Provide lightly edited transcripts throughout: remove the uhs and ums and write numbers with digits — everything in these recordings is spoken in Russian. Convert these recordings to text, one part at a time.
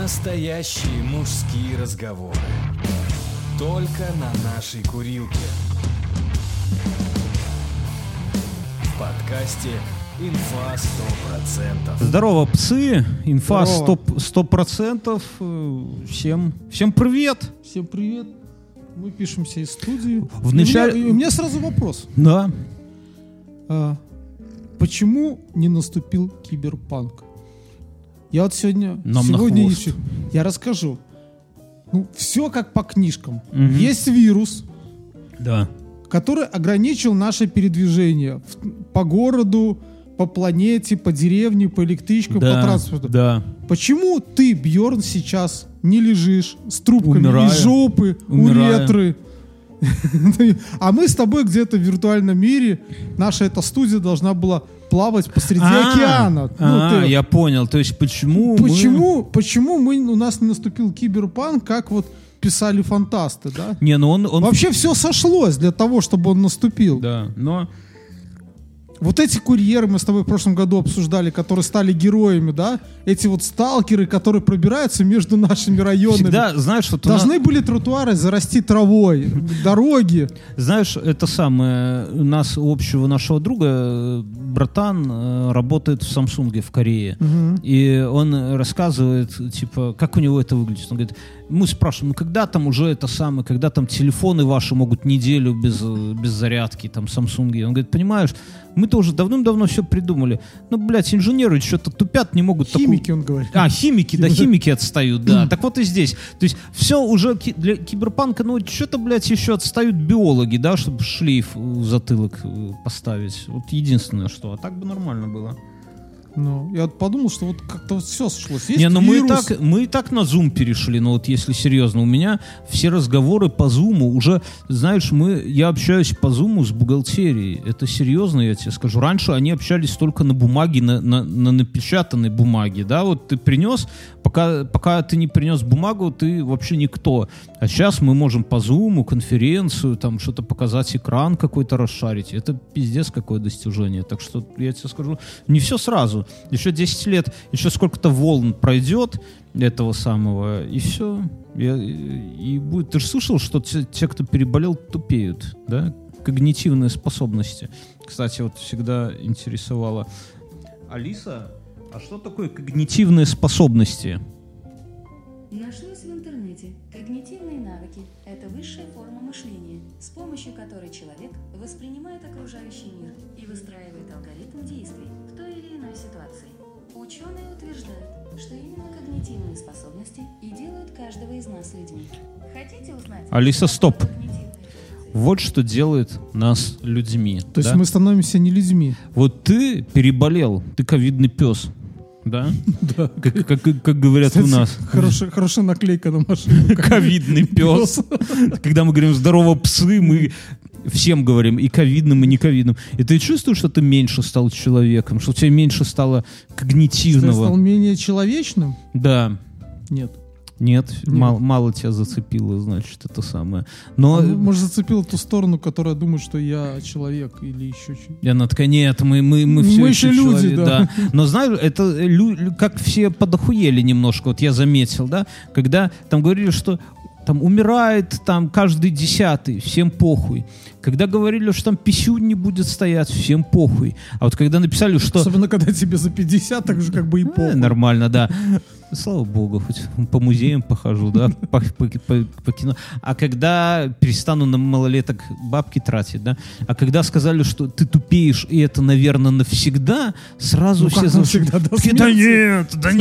Настоящие мужские разговоры. Только на нашей курилке. В подкасте «Инфа 100%». Здорово, псы. Инфа 100%. Всем привет. Всем привет. Мы пишемся из студии. У меня сразу вопрос. Да. Почему не наступил киберпанк? Я вот сегодня я расскажу. Все как по книжкам. Угу. Есть вирус, да, который ограничил наше передвижение по городу, по планете, по деревне, по электричкам, по транспорту. Да. Почему ты, Бьорн, сейчас не лежишь с трубками из жопы Умираю. у ретры? А мы с тобой где-то в виртуальном мире, наша эта студия должна была плавать посреди океана. Я понял. То есть почему у нас не наступил киберпанк, как вот писали фантасты, да? Он вообще все сошлось для того, чтобы он наступил. Да, но вот эти курьеры, мы с тобой в прошлом году обсуждали, которые стали героями, да? Эти вот сталкеры, которые пробираются между нашими районами. Всегда, знаешь, вот должны были тротуары зарасти травой, дороги. Знаешь, это самое, у нас у общего нашего друга, братан, работает в Samsung в Корее. Угу. И он рассказывает, типа, как у него это выглядит. Он говорит, мы спрашиваем, когда там уже это самое, когда там телефоны ваши могут неделю без зарядки, там, Samsung. Он говорит, понимаешь, мы-то уже давным-давно все придумали. Инженеры что-то тупят, не могут... Химики, он говорит. Химики отстают, да. Так вот и здесь. То есть все уже для киберпанка, что-то, еще отстают биологи, да, чтобы шлейф в затылок поставить. Вот единственное, что. А так бы нормально было. Я подумал, что вот как-то вот все сошлось. Мы и так на Zoom перешли, но вот если серьезно, у меня все разговоры по Zoom уже, знаешь, я общаюсь по Zoom с бухгалтерией. Это серьезно, я тебе скажу. Раньше они общались только на бумаге, на напечатанной бумаге, да, вот ты принес, пока ты не принес бумагу, ты вообще никто. А сейчас мы можем по Zoom, конференцию, там что-то показать, экран какой-то расшарить. Это пиздец какое достижение. Так что я тебе скажу, не все сразу. Еще 10 лет, еще сколько-то волн пройдет этого самого, и все. И будет. Ты же слышал, что те, кто переболел, тупеют, да? Когнитивные способности. Кстати, вот всегда интересовало. Алиса, а что такое когнитивные способности? Нашлось в интернете. Когнитивные навыки – это высшая форма мышления, с помощью которой человек воспринимает окружающий мир и выстраивает алгоритм действий в той или иной ситуации. Ученые утверждают, что именно когнитивные способности и делают каждого из нас людьми. Хотите узнать? Алиса, стоп. Вот что делает нас людьми. То есть мы становимся не людьми. Вот ты переболел, ты ковидный пес. Да? Да. Как говорят, кстати, у нас. Хорошая наклейка на машину. Ковидный пес. Когда мы говорим «здорово, псы», мы всем говорим, и ковидным, и не ковидным. И ты чувствуешь, что ты меньше стал человеком, что у тебя меньше стало когнитивного? Что я стал менее человечным? Да. Нет, мало тебя зацепило, значит, это самое. Но... может, зацепило ту сторону, которая думает, что я человек или еще что-то. И она такая, нет, мы все еще люди, да. Но знаешь, это как все подохуели немножко, вот я заметил, да, когда там говорили, что там умирает там каждый 10-й, всем похуй. Когда говорили, что там писюнь не будет стоять, всем похуй. А вот когда написали, что... Особенно, когда тебе за 50, так же как бы и похуй. Нормально, да. Слава богу, хоть по музеям похожу, да, по кино. А когда перестану на малолеток бабки тратить, да, а когда сказали, что ты тупеешь, и это, наверное, навсегда, сразу все... навсегда, до смерти? Да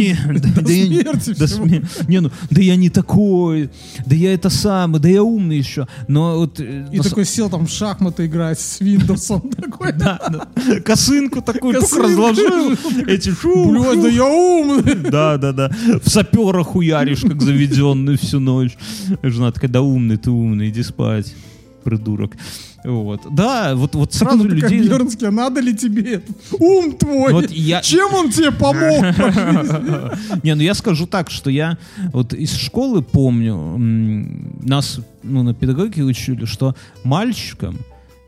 нет. Да я не такой, да я это самый, да я умный еще. Но вот... И такой сел там в шахматы играть с Windows такой. Да. Косынку такую только разложил. Эти блядь, да я умный. Да. В сапера хуяришь, как заведенный всю ночь. Жена такая, да умный, ты умный, иди спать, придурок. Вот. Да, вот сразу людей... Как Бьернский, а надо ли тебе это? Ум твой! Вот чем он тебе помог? Я скажу так, что я вот из школы помню, нас на педагогике учили, что мальчикам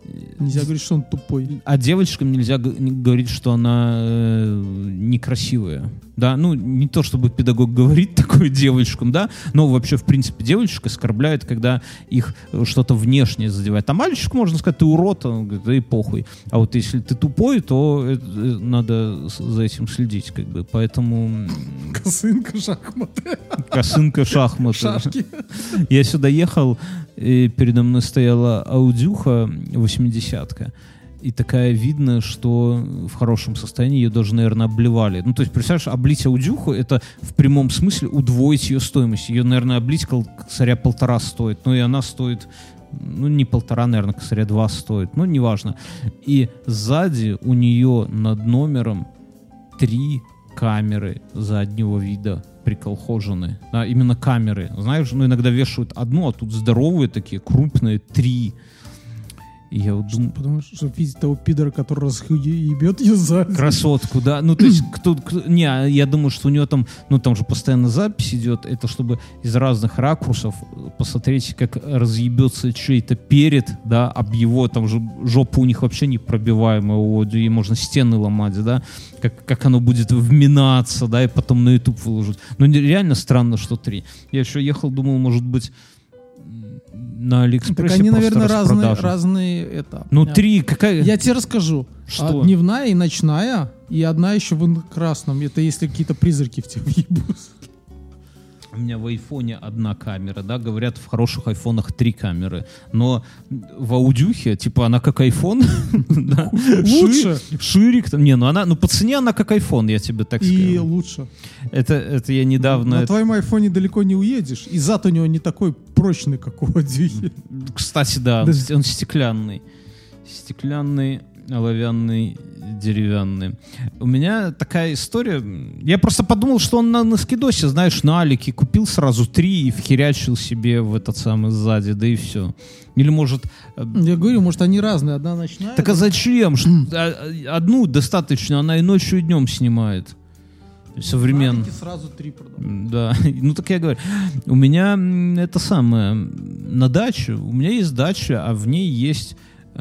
Нельзя говорить, что он тупой. А девочкам нельзя говорить, что она некрасивая. Да, ну, не то чтобы педагог говорит такое девочкам, да, но вообще, в принципе, девочек оскорбляют, когда их что-то внешнее задевает. А мальчику можно сказать, ты урод, он говорит, да и похуй. А вот если ты тупой, то надо за этим следить, как бы, поэтому... Косынка, шахматы. Косынка, шахматы. Шашки. Я сюда ехал, и передо мной стояла аудюха 80-ка. И такая видно, что в хорошем состоянии ее даже, наверное, обливали. Ну, то есть, представляешь, облить аудюху — это в прямом смысле удвоить ее стоимость. Ее, наверное, облить косаря 1,5 стоит. Ну, и она стоит, ну, не 1,5, наверное, косаря 2 стоит. Ну, неважно. И сзади у нее над номером 3 камеры заднего вида приколхожены. Да, именно камеры. Знаешь, ну, иногда вешают одну, а тут здоровые такие, крупные, 3. И я вот думаю... Потому что видит того пидора, который разъебет ее сзади. Красотку, да. Ну, то есть, не, я думаю, что у нее там, ну, там же постоянно запись идет, это чтобы из разных ракурсов посмотреть, как разъебется чей-то перед, да, об его, там же жопа у них вообще непробиваемая, ей можно стены ломать, да, как оно будет вминаться, да, и потом на YouTube выложить. Ну, реально странно, что 3. Я еще ехал, думал, может быть, на Алиэкспрессе. Так они, наверное, разные это. Ну, 3, какая... Я тебе расскажу. Что? Дневная и ночная, и одна еще в красном. Это если какие-то призраки в тебя въебут. У меня в айфоне 1 камера, да, говорят, в хороших айфонах 3 камеры, но в аудюхе, типа, она как айфон, лучше. Ширик, не, ну она, ну по цене она как айфон, я тебе так скажу. И лучше. Это я недавно... На твоем айфоне далеко не уедешь, и зад у него не такой прочный, как у аудюхи. Кстати, да, он стеклянный. Стеклянный, оловянный, деревянный. У меня такая история. Я просто подумал, что он на скидосе, знаешь, на Алике купил сразу 3 и вхерячил себе в этот самый сзади, да и все. Или может... Я говорю, может, они разные, одна ночная. Так а зачем? Одну достаточно, она и ночью, и днем снимает. Современно. Сразу 3 продам. Да, ну так я говорю. У меня это самое, на даче, у меня есть дача, а в ней есть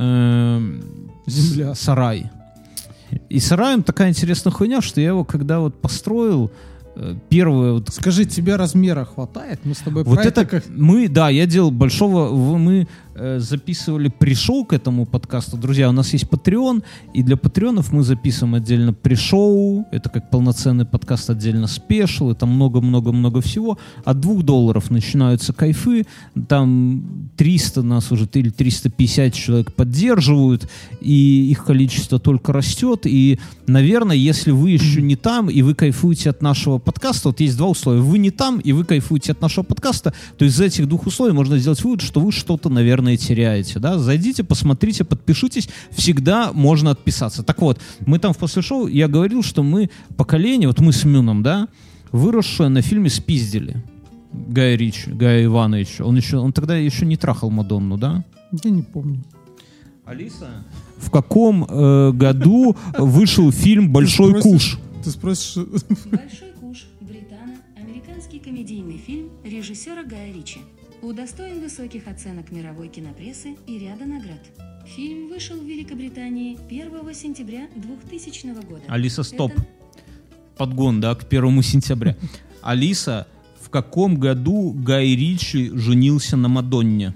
земля. Сарай. И сараем такая интересная хуйня, что я его когда вот построил, первое... Вот, скажи, тебе размера хватает? Мы с тобой вот это как... я делал большого... Мы записывали, пришел к этому подкасту. Друзья, у нас есть Patreon, и для патреонов мы записываем отдельно пришоу, это как полноценный подкаст, отдельно спешл, это много-много-много всего. От $2 начинаются кайфы, там 300 нас уже, или 350 человек поддерживают, и их количество только растет, и, наверное, если вы еще не там, и вы кайфуете от нашего подкаста, вот есть 2 условия, вы не там, и вы кайфуете от нашего подкаста, то из этих 2 условий можно сделать вывод, что вы что-то, наверное, теряете, да, зайдите, посмотрите, подпишитесь, всегда можно отписаться. Так вот, мы там в после шоу, я говорил, что мы поколение, вот мы с Мюном, да, выросшее на фильме «Спиздили» Гая Ричи, Гая Ивановича. Он тогда еще не трахал Мадонну, да? Я не помню. Алиса, в каком году вышел фильм «Большой куш»? Ты спросишь... «Большой куш» британо-американский комедийный фильм режиссера Гая Ричи. Удостоен высоких оценок мировой кинопрессы и ряда наград. Фильм вышел в Великобритании 1 сентября 2000 года. Алиса, стоп. Подгон, да, к 1 сентября. Алиса, в каком году Гай Ричи женился на Мадонне?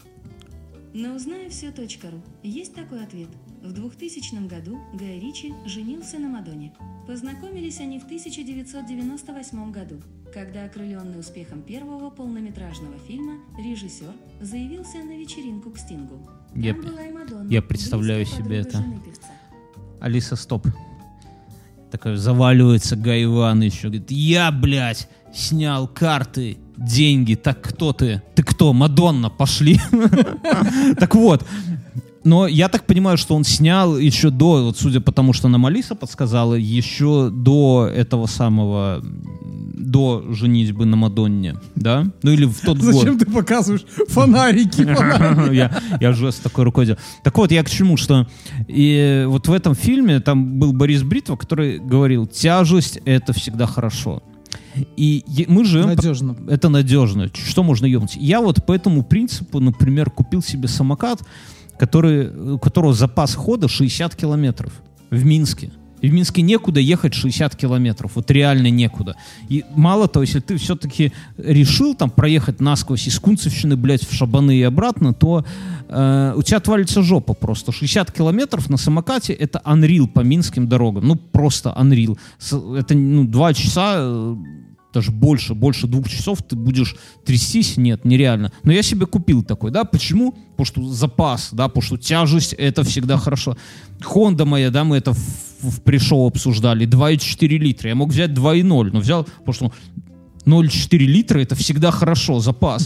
На узнаю-все.ру есть такой ответ. В 2000 году Гай Ричи женился на Мадонне. Познакомились они в 1998 году, когда, окрыленный успехом первого полнометражного фильма, режиссер заявился на вечеринку к Стингу. Там была и Мадонна, я представляю себе это. жены певца. Алиса, стоп. Такой заваливается Гай Иванович, говорит, я, блядь, снял карты, деньги, так кто ты? Ты кто? Мадонна, пошли. Так вот, но я так понимаю, что он снял еще до, вот судя по тому, что нам Алиса подсказала, еще до этого самого, до женитьбы на Мадонне, да? Ну или в тот год. Зачем ты показываешь фонарики? Я жест такой рукой делал. Так вот, я к чему, что и вот в этом фильме там был Борис Бритва, который говорил, тяжесть — это всегда хорошо. И мы живем... Надежно. Это надежно. Что можно ебнуть? Я вот по этому принципу, например, купил себе самокат, у которого запас хода 60 километров в Минске. И в Минске некуда ехать 60 километров. Вот реально некуда. И мало того, если ты все-таки решил там проехать насквозь из Кунцевщины, блядь, в Шабаны и обратно, то у тебя отвалится жопа просто. 60 километров на самокате — это unreal по минским дорогам. Ну, просто unreal. Это 2 часа... даже больше 2 часов ты будешь трястись, нет, нереально. Но я себе купил такой, да, почему? Потому что запас, да, потому что тяжесть — это всегда хорошо. Honda моя, да, мы это в пришоу обсуждали, 2,4 литра. Я мог взять 2,0, но взял, потому что 0,4 литра — это всегда хорошо, запас.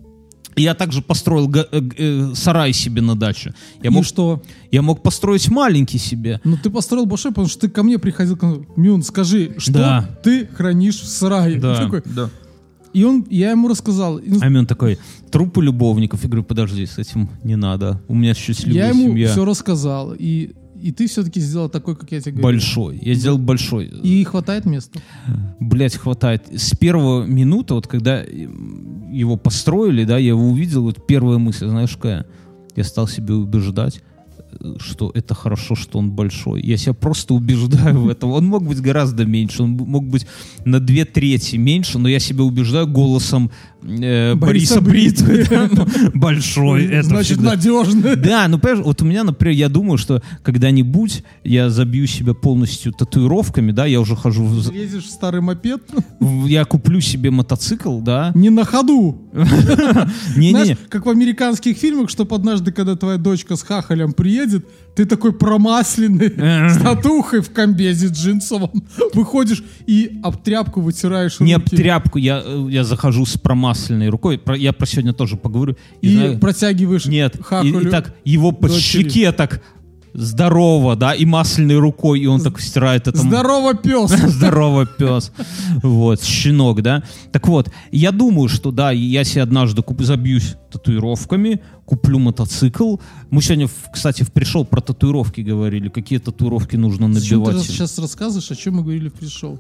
Я также построил сарай себе на даче. Что? Я мог построить маленький себе. Ну, ты построил большой, потому что ты ко мне приходил, Мюн, скажи, что Да. ты хранишь в сарае? Да, Такой. да. И я ему рассказал. А он такой: трупы любовников. Я говорю: подожди, с этим не надо. У меня счастливая Я ему семья. все рассказал. И ты все-таки сделал такой, как я тебе говорю. Большой. Я сделал большой. И хватает места? Блять, хватает. С первого минуты, вот когда его построили, да, я его увидел, вот первая мысль, знаешь, какая? Я стал себе убеждать, что это хорошо, что он большой. Я себя просто убеждаю в этом. Он мог быть гораздо меньше, он мог быть на 2/3 меньше, но я себя убеждаю голосом Бориса Бритвы. Большой. Это значит, всегда надежно. Да, ну, понимаешь, вот у меня, например, я думаю, что когда-нибудь я забью себя полностью татуировками, да, я уже хожу... Лезешь в старый мопед? Я куплю себе мотоцикл, да. Не на ходу. Не-не-не. Знаешь, как в американских фильмах, что однажды, когда твоя дочка с хахалем приедет, ты такой промасленный, с татухой в комбезе джинсовом, выходишь и об тряпку вытираешь руки. Не об тряпку, я захожу с промасленной рукой, я про сегодня тоже поговорю. И протягиваешь хахалю. И так его по щеке так здорово, да, и масляной рукой, и он так стирает это. Здорово, пес! Здорово, пес. Вот, щенок, да. Так вот, я думаю, что, да, я себе однажды забьюсь татуировками, куплю мотоцикл. Мы сегодня, кстати, пришел про татуировки говорили, какие татуировки нужно набивать. Ты сейчас рассказываешь, о чем мы говорили в пришел?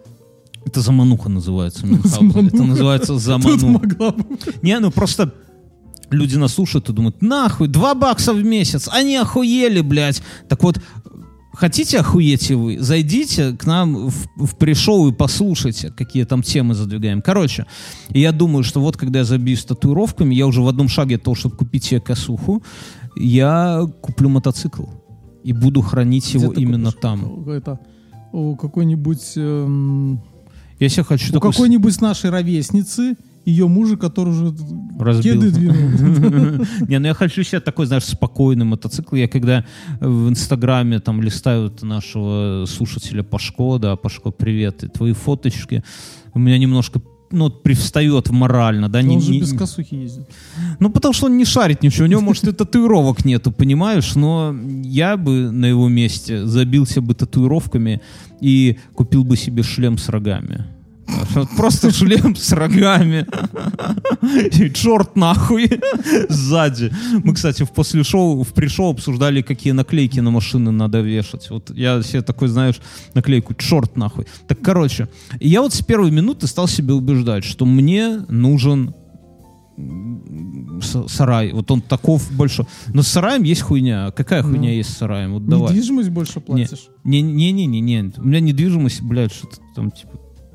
Это замануха называется. Это называется замануха. Не, ну просто... Люди нас слушают и думают: нахуй, $2 в месяц, они охуели, блядь. Так вот, хотите охуеть и вы? Зайдите к нам в пришоу и послушайте, какие там темы задвигаем. Короче, я думаю, что вот когда я забьюсь татуировками, я уже в одном шаге от того, чтобы купить себе косуху, я куплю мотоцикл и буду хранить его именно там. Это у какой-нибудь... Я себе хочу у какой-нибудь нашей ровесницы, ее мужа, который уже кеды двинул. Не, ну я хочу себе такой, знаешь, спокойный мотоцикл. Я когда в Инстаграме там листаю нашего слушателя Пашко, да, Пашко, привет, и твои фоточки, у меня немножко, ну, привстает морально, да. Он же без косухи ездит. Ну, потому что он не шарит ничего, у него, может, и татуировок нету, понимаешь, но я бы на его месте забился бы татуировками и купил бы себе шлем с рогами. Просто шлем с рогами. И черт нахуй сзади. Мы, кстати, в пришоу обсуждали, какие наклейки на машины надо вешать. Вот я себе такой, знаешь, наклейку черт нахуй. Так, короче, я вот с первой минуты стал себе убеждать, что мне нужен сарай. Вот он таков большой. Но с сараем есть хуйня. Какая хуйня есть с сараем? Вот давай. Недвижимость больше платишь? Не. У меня недвижимость, блядь, что-то там типа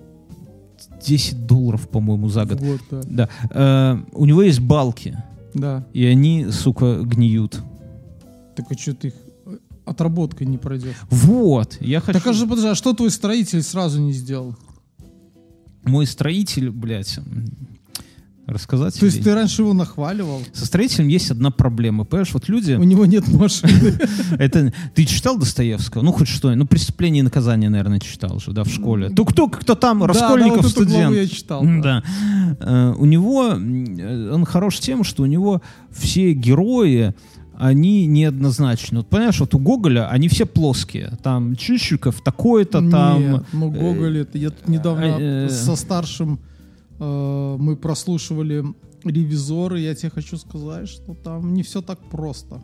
$10, по-моему, за год. Вот, да. Да. У него есть балки. Да. И они, сука, гниют. Так а что ты их отработкой не пройдешь? Вот. Я хочу... Так подожди, а что твой строитель сразу не сделал? Мой строитель, блядь... Рассказать? То есть ты раньше его нахваливал? Со строителем есть одна проблема. Понимаешь, вот люди... У него нет машины. Это ты читал Достоевского? Ну, хоть что? Ну, «Преступление и наказание», наверное, читал же, да, в школе. Кто там? Раскольников, студент. Да, я читал. Да. У него... Он хорош тем, что у него все герои, они неоднозначны. Вот, понимаешь, вот у Гоголя они все плоские. Там Чищиков такой-то, там... Нет, ну Гоголь это... Я тут недавно со старшим... мы прослушивали «Ревизоры», я тебе хочу сказать, что там не все так просто.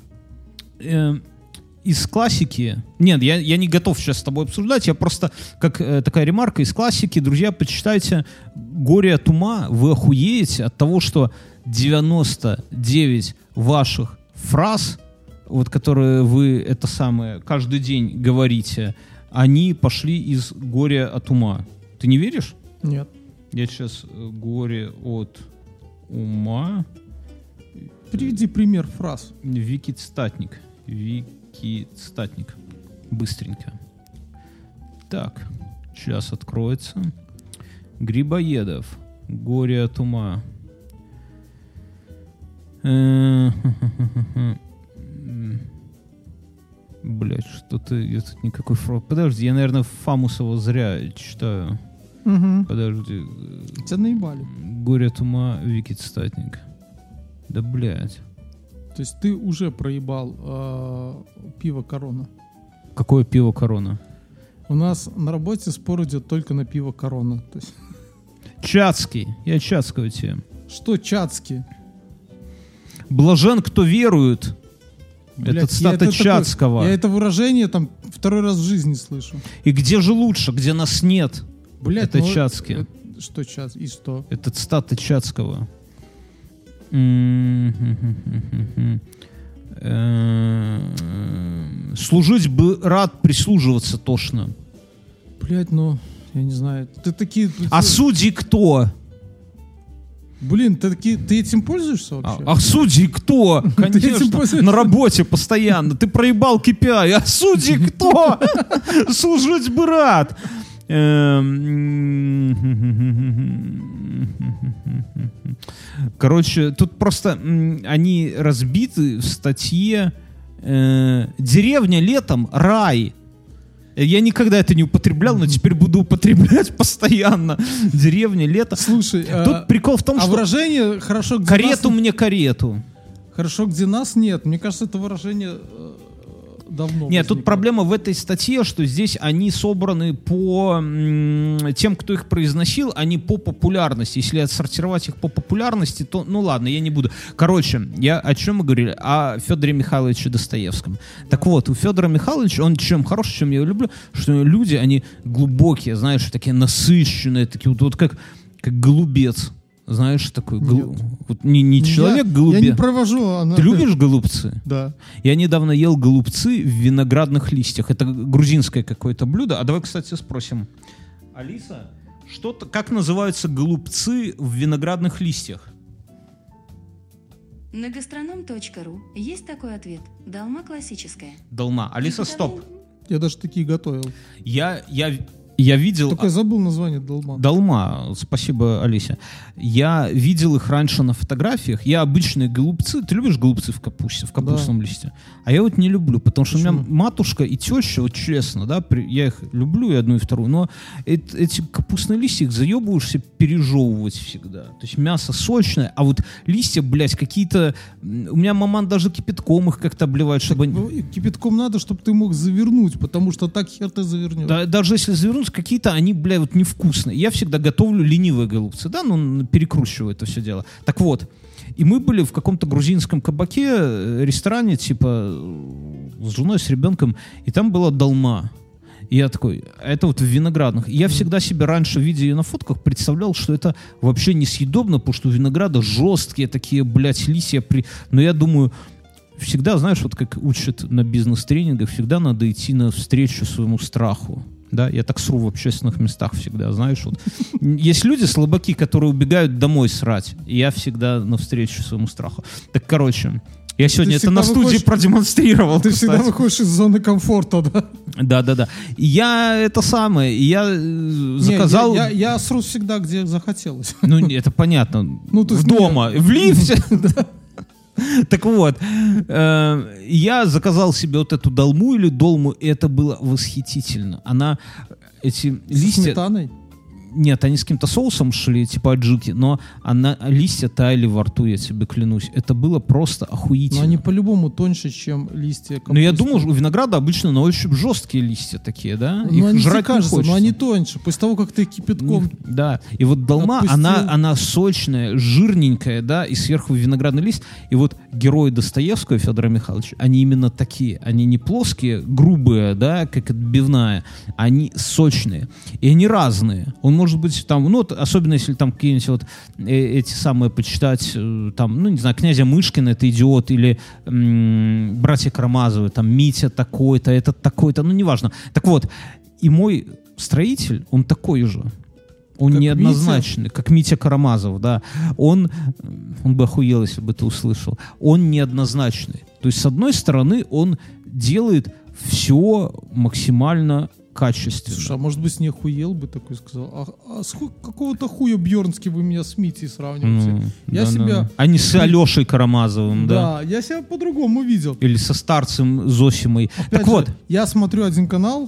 Из классики... Нет, я не готов сейчас с тобой обсуждать, я просто, как такая ремарка, из классики, друзья, почитайте «Горе от ума», вы охуеете от того, что 99 ваших фраз, вот которые вы это самое каждый день говорите, они пошли из горя от ума. Ты не веришь? Нет. Я сейчас горе от ума. Приведи пример фраз. Викицстатник. Быстренько. Так, сейчас откроется. Грибоедов. Горе от ума. Блять, что-то... Я тут никакой фраз... Подожди, я, наверное, Фамусова зря читаю. Угу. Подожди. Тебя наебали. Горе от ума, Викицстатник. Да, блядь. То есть ты уже проебал пиво «Корона». Какое пиво «Корона»? У нас на работе спор идет только на пиво «Корона». То есть... Чацкий. Я чацкую тебе. Что Чацкий? Блажен, кто верует. Блядь, это цитата Чацкого. Я это выражение там второй раз в жизни слышу. И где же лучше, где нас нет? Блядь, это Чацкий. Что Чацкий? И что? Это цитата Чацкого. Служить бы рад, прислуживаться тошно. Блядь, ну, я не знаю. Ты такие... А судьи кто? Блин, ты этим пользуешься вообще? А судьи кто? Конечно, на работе постоянно. Ты проебал KPI. А судьи кто? Служить бы рад. Короче, тут просто они разбиты в статье «Деревня летом – рай». Я никогда это не употреблял, но теперь буду употреблять постоянно. Деревня лето. Слушай, тут прикол в том, что... выражение «хорошо, где карету нас... мне карету». «Хорошо, где нас нет». Мне кажется, это выражение давно Нет, возникло. тут проблема в этой статье, что здесь они собраны по тем, кто их произносил, а не по популярности. Если отсортировать их по популярности, то, ну ладно, я не буду. Короче, о чем мы говорили? О Федоре Михайловиче Достоевском. Так вот, у Федора Михайловича, он чем хорош, чем я его люблю, что люди, они глубокие, знаешь, такие насыщенные, такие вот как голубец. Знаешь, такой вот не человек голубец. Я не провожу. Ты любишь голубцы? Да. Я недавно ел голубцы в виноградных листьях. Это грузинское какое-то блюдо. А давай, кстати, спросим. Алиса, как называются голубцы в виноградных листьях? На gastronom.ru есть такой ответ. Долма классическая. Долма. Алиса, стоп. Я даже такие готовил. Я видел... Только я забыл название долма. Долма, спасибо, Алися. Я видел их раньше на фотографиях. Я обычные голубцы. Ты любишь голубцы в капусте, в капустном листе? А я вот не люблю, потому что у меня матушка и теща, вот честно, да, я их люблю, и одну, и вторую, но эти капустные листья, их заебываешься пережевывать всегда. То есть мясо сочное, а вот листья, блядь, какие-то... У меня маман даже кипятком их как-то обливает, чтобы... Кипятком надо, чтобы ты мог завернуть, потому что так хер ты завернешь. Да, даже если завернуть, какие-то они, бля, вот невкусные. Я всегда готовлю ленивые голубцы, да, ну, перекручиваю это все дело. Так вот, и мы были в каком-то грузинском кабаке, ресторане, типа, с женой, с ребенком, и там была долма. И я такой, это вот в виноградных. И я всегда себе раньше, видя ее на фотках, представлял, что это вообще несъедобно, потому что у винограда жесткие такие, блядь, листья. Но я думаю... Всегда, знаешь, вот как учат на бизнес-тренингах, всегда надо идти навстречу своему страху. Да, я так сру в общественных местах всегда, знаешь, вот. Есть люди слабаки, которые убегают домой срать, и я всегда навстречу своему страху. Так, короче, я сегодня это на студии продемонстрировал. Ты всегда выходишь из зоны комфорта, да? Да. И я это самое, я заказал... Я сру всегда, где захотелось. Ну, это понятно. Ну, то есть дома, в лифте. Так вот, я заказал себе вот эту долму или долму, и это было восхитительно. Эти листья... С сметаной? Нет, они с каким-то соусом шли, типа аджики, но листья таяли во рту, я тебе клянусь. Это было просто охуительно. Но они по-любому тоньше, чем листья капусты. Ну, я думал, у винограда обычно на ощупь жесткие листья такие, да? Ну, их жрать кажется, не хочется. но они тоньше. После того, как ты кипятком... Да, и вот долма, она сочная, жирненькая, да, и сверху виноградный лист. И вот герои Достоевского, Федора Михайловича, они именно такие. Они не плоские, грубые, да, как отбивная. Они сочные. И они разные. Он может быть, там, ну, вот, особенно если там какие-нибудь вот эти самые почитать, там, ну, не знаю, князя Мышкина, это идиот, или братья Карамазовы, там, Митя такой-то, этот такой-то, ну, неважно. Так вот, и мой строитель, он такой же. Он как неоднозначный, Митя? как Митя Карамазов, да. Он бы охуел, если бы ты услышал. Он неоднозначный. То есть, с одной стороны, он делает все максимально качественно. Слушай, а может быть, не охуел бы такой сказал? А с какого-то хуя Бьернский вы меня с Митей сравниваете? Я себя... А не с Алешей Карамазовым, да? Да, я себя по-другому видел. Или со старцем Зосимой. Опять Так же, вот, я смотрю один канал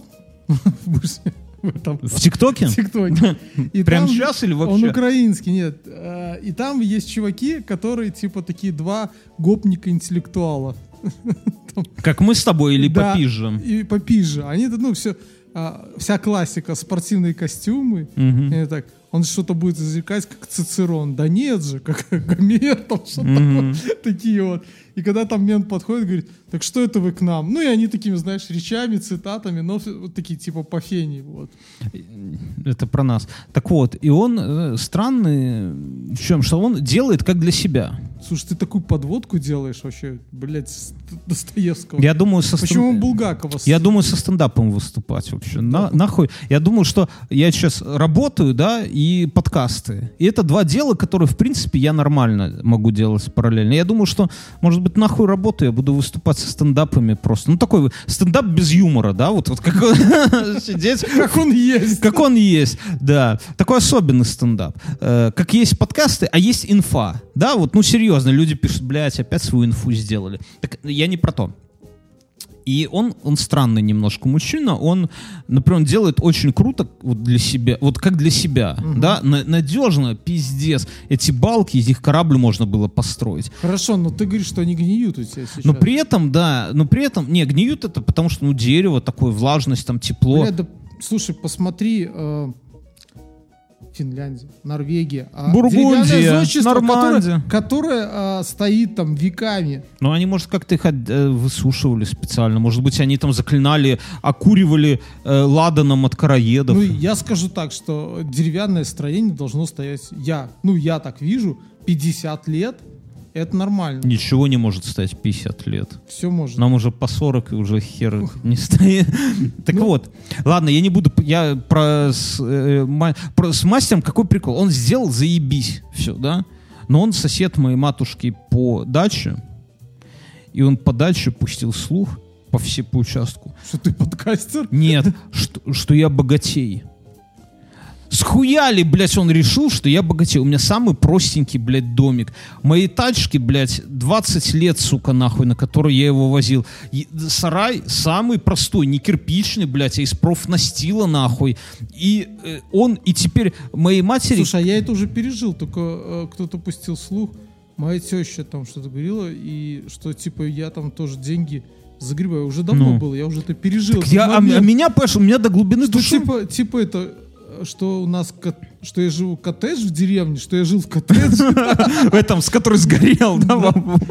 в ТикТоке? в ТикТоке. И Прям там сейчас или Он вообще? украинский, нет. И там есть чуваки, которые типа такие два гопника-интеллектуала. Как мы с тобой или Да, попизже? И попизже. Они, ну, все, вся классика, спортивные костюмы. Мгм. И так, он что-то будет изрекать, как Цицерон. Да нет же, как Гомер, там что-то Мгм. такое. Такие вот. И когда там мент подходит, говорит, так что это вы к нам? Ну, и они такими, знаешь, речами, цитатами, но вот такие типа по фене, вот. Это про нас. Так вот, и он странный в чем? Что он делает как для себя. Слушай, ты такую подводку делаешь вообще, блядь, с Достоевского. Я думаю, Почему Булгакова? Я думаю, со стендапом выступать вообще. Нахуй. Я думаю, что я сейчас работаю, да, и подкасты. И это два дела, которые, в принципе, я нормально могу делать параллельно. Я думаю, что, может быть, нахуй работаю, я буду выступать со стендапами просто. Ну, такой стендап без юмора, да, вот как сидеть. Как он есть. Как он есть, да. Такой особенный стендап. Как есть подкасты, а есть инфа. Да, вот, ну, серьезно, люди пишут, блядь, опять свою инфу сделали. Так я не про то. И он странный немножко мужчина, он, например, он делает очень круто вот для себя, вот как для себя, да, надежно, пиздец. Эти балки, из них корабль можно было построить. Хорошо, но ты говоришь, что они гниют у тебя сейчас. Но при этом, да, не, гниют это, потому что, ну, дерево, такое, влажность, там, тепло. Бля, да, слушай, посмотри, Финляндия, Норвегия. Бургундия, деревянное зодчество, Нормандия. которое стоит там веками. Ну, они, может, как-то их высушивали специально. Может быть, они там заклинали, окуривали ладаном от короедов. Ну, я скажу так, что деревянное строение должно стоять, я так вижу, 50 лет. Это нормально. Ничего не может стоять 50 лет. Все может. Нам уже по 40 и уже хер не стоит. Так вот, ладно, я не буду... Я с мастером какой прикол? Он сделал заебись все, да? Но он сосед моей матушки по даче, и он по даче пустил слух по участку. Что ты подкастер? Нет, что я богатей. Схуяли, блядь, он решил, что я богатей. У меня самый простенький, блядь, домик. Мои тачки, блядь, 20 лет, сука, нахуй, на который я его возил. Сарай самый простой, не кирпичный, блядь, а из профнастила, нахуй. И теперь моей матери... Слушай, а я это уже пережил, только кто-то пустил слух. Моя теща там что-то говорила, и что, типа, я там тоже деньги загребаю. Уже давно было, я уже это пережил. Меня, понимаешь, у меня до глубины что, души... типа это... Что у нас, что я живу коттедж в деревне, что я жил в коттедже. В этом, с которой сгорел, да?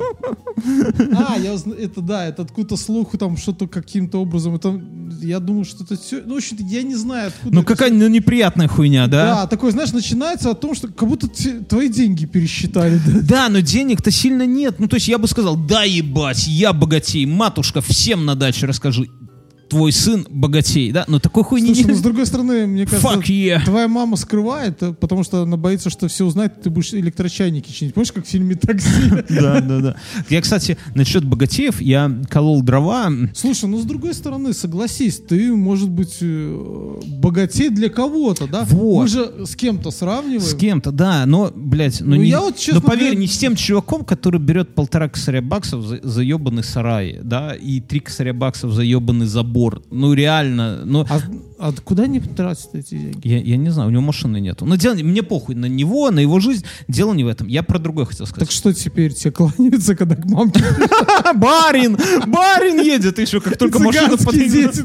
Это откуда-то слух, там что-то каким-то образом. Я думаю, что это все... Ну, в общем-то, я не знаю, откуда. Ну, какая неприятная хуйня, да? Да, такое, знаешь, начинается о том, что как будто твои деньги пересчитали. Да, но денег-то сильно нет. Ну, то есть я бы сказал, да, ебать, я богатей, матушка, всем на даче расскажу. Твой сын богатей, да? Но такой хуйни Слушай, не... ну, с другой стороны, мне кажется, yeah. твоя мама скрывает, потому что она боится, что все узнают, ты будешь электрочайники чинить. Помнишь, как в фильме «Такси»? Да. Я, кстати, насчет богатеев, я колол дрова. Слушай, ну, с другой стороны, согласись, ты, может быть, богатей для кого-то, да? Вот. Мы же с кем-то сравниваем. С кем-то, да, но, блядь, я вот, честно поверь, говоря... не с тем чуваком, который берет 1,5 косаря баксов за ебаный сарай, да, и 3 косаря баксов за ебаный забор. Ну, реально. Но... А куда они тратят эти деньги? Я не знаю, у него машины нету. Но дело, мне похуй на него, на его жизнь. Дело не в этом. Я про другое хотел сказать. Так что теперь тебе кланяются, когда к мамке... Барин едет еще, как только машина подъедет.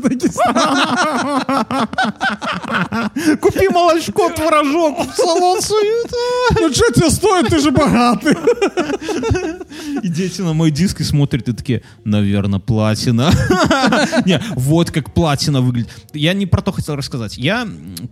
Купи молочко, творожок, в салон суют. Ну что тебе стоит, ты же богатый. И дети на мой диск и смотрят и такие, наверное, платина. Не, вот как платина выглядит. Я не про то. что хотел рассказать. Я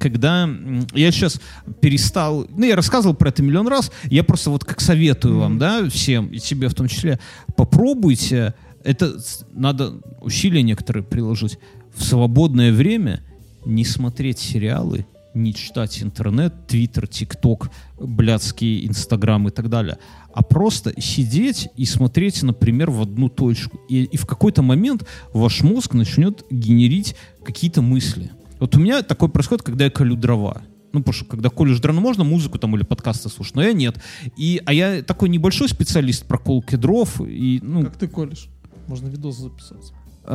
сейчас перестал, я рассказывал про это миллион раз, я просто вот как советую вам, да, всем, и тебе в том числе, попробуйте, это надо усилия некоторые приложить, в свободное время не смотреть сериалы, не читать интернет, твиттер, тикток, блядские инстаграм и так далее, а просто сидеть и смотреть, например, в одну точку. И в какой-то момент ваш мозг начнет генерить какие-то мысли. Вот у меня такое происходит, когда я колю дрова. Ну, потому что когда колешь дрова, можно музыку там или подкасты слушать, но я нет. А я такой небольшой специалист про колки дров. Как ты колешь? Можно видос записать.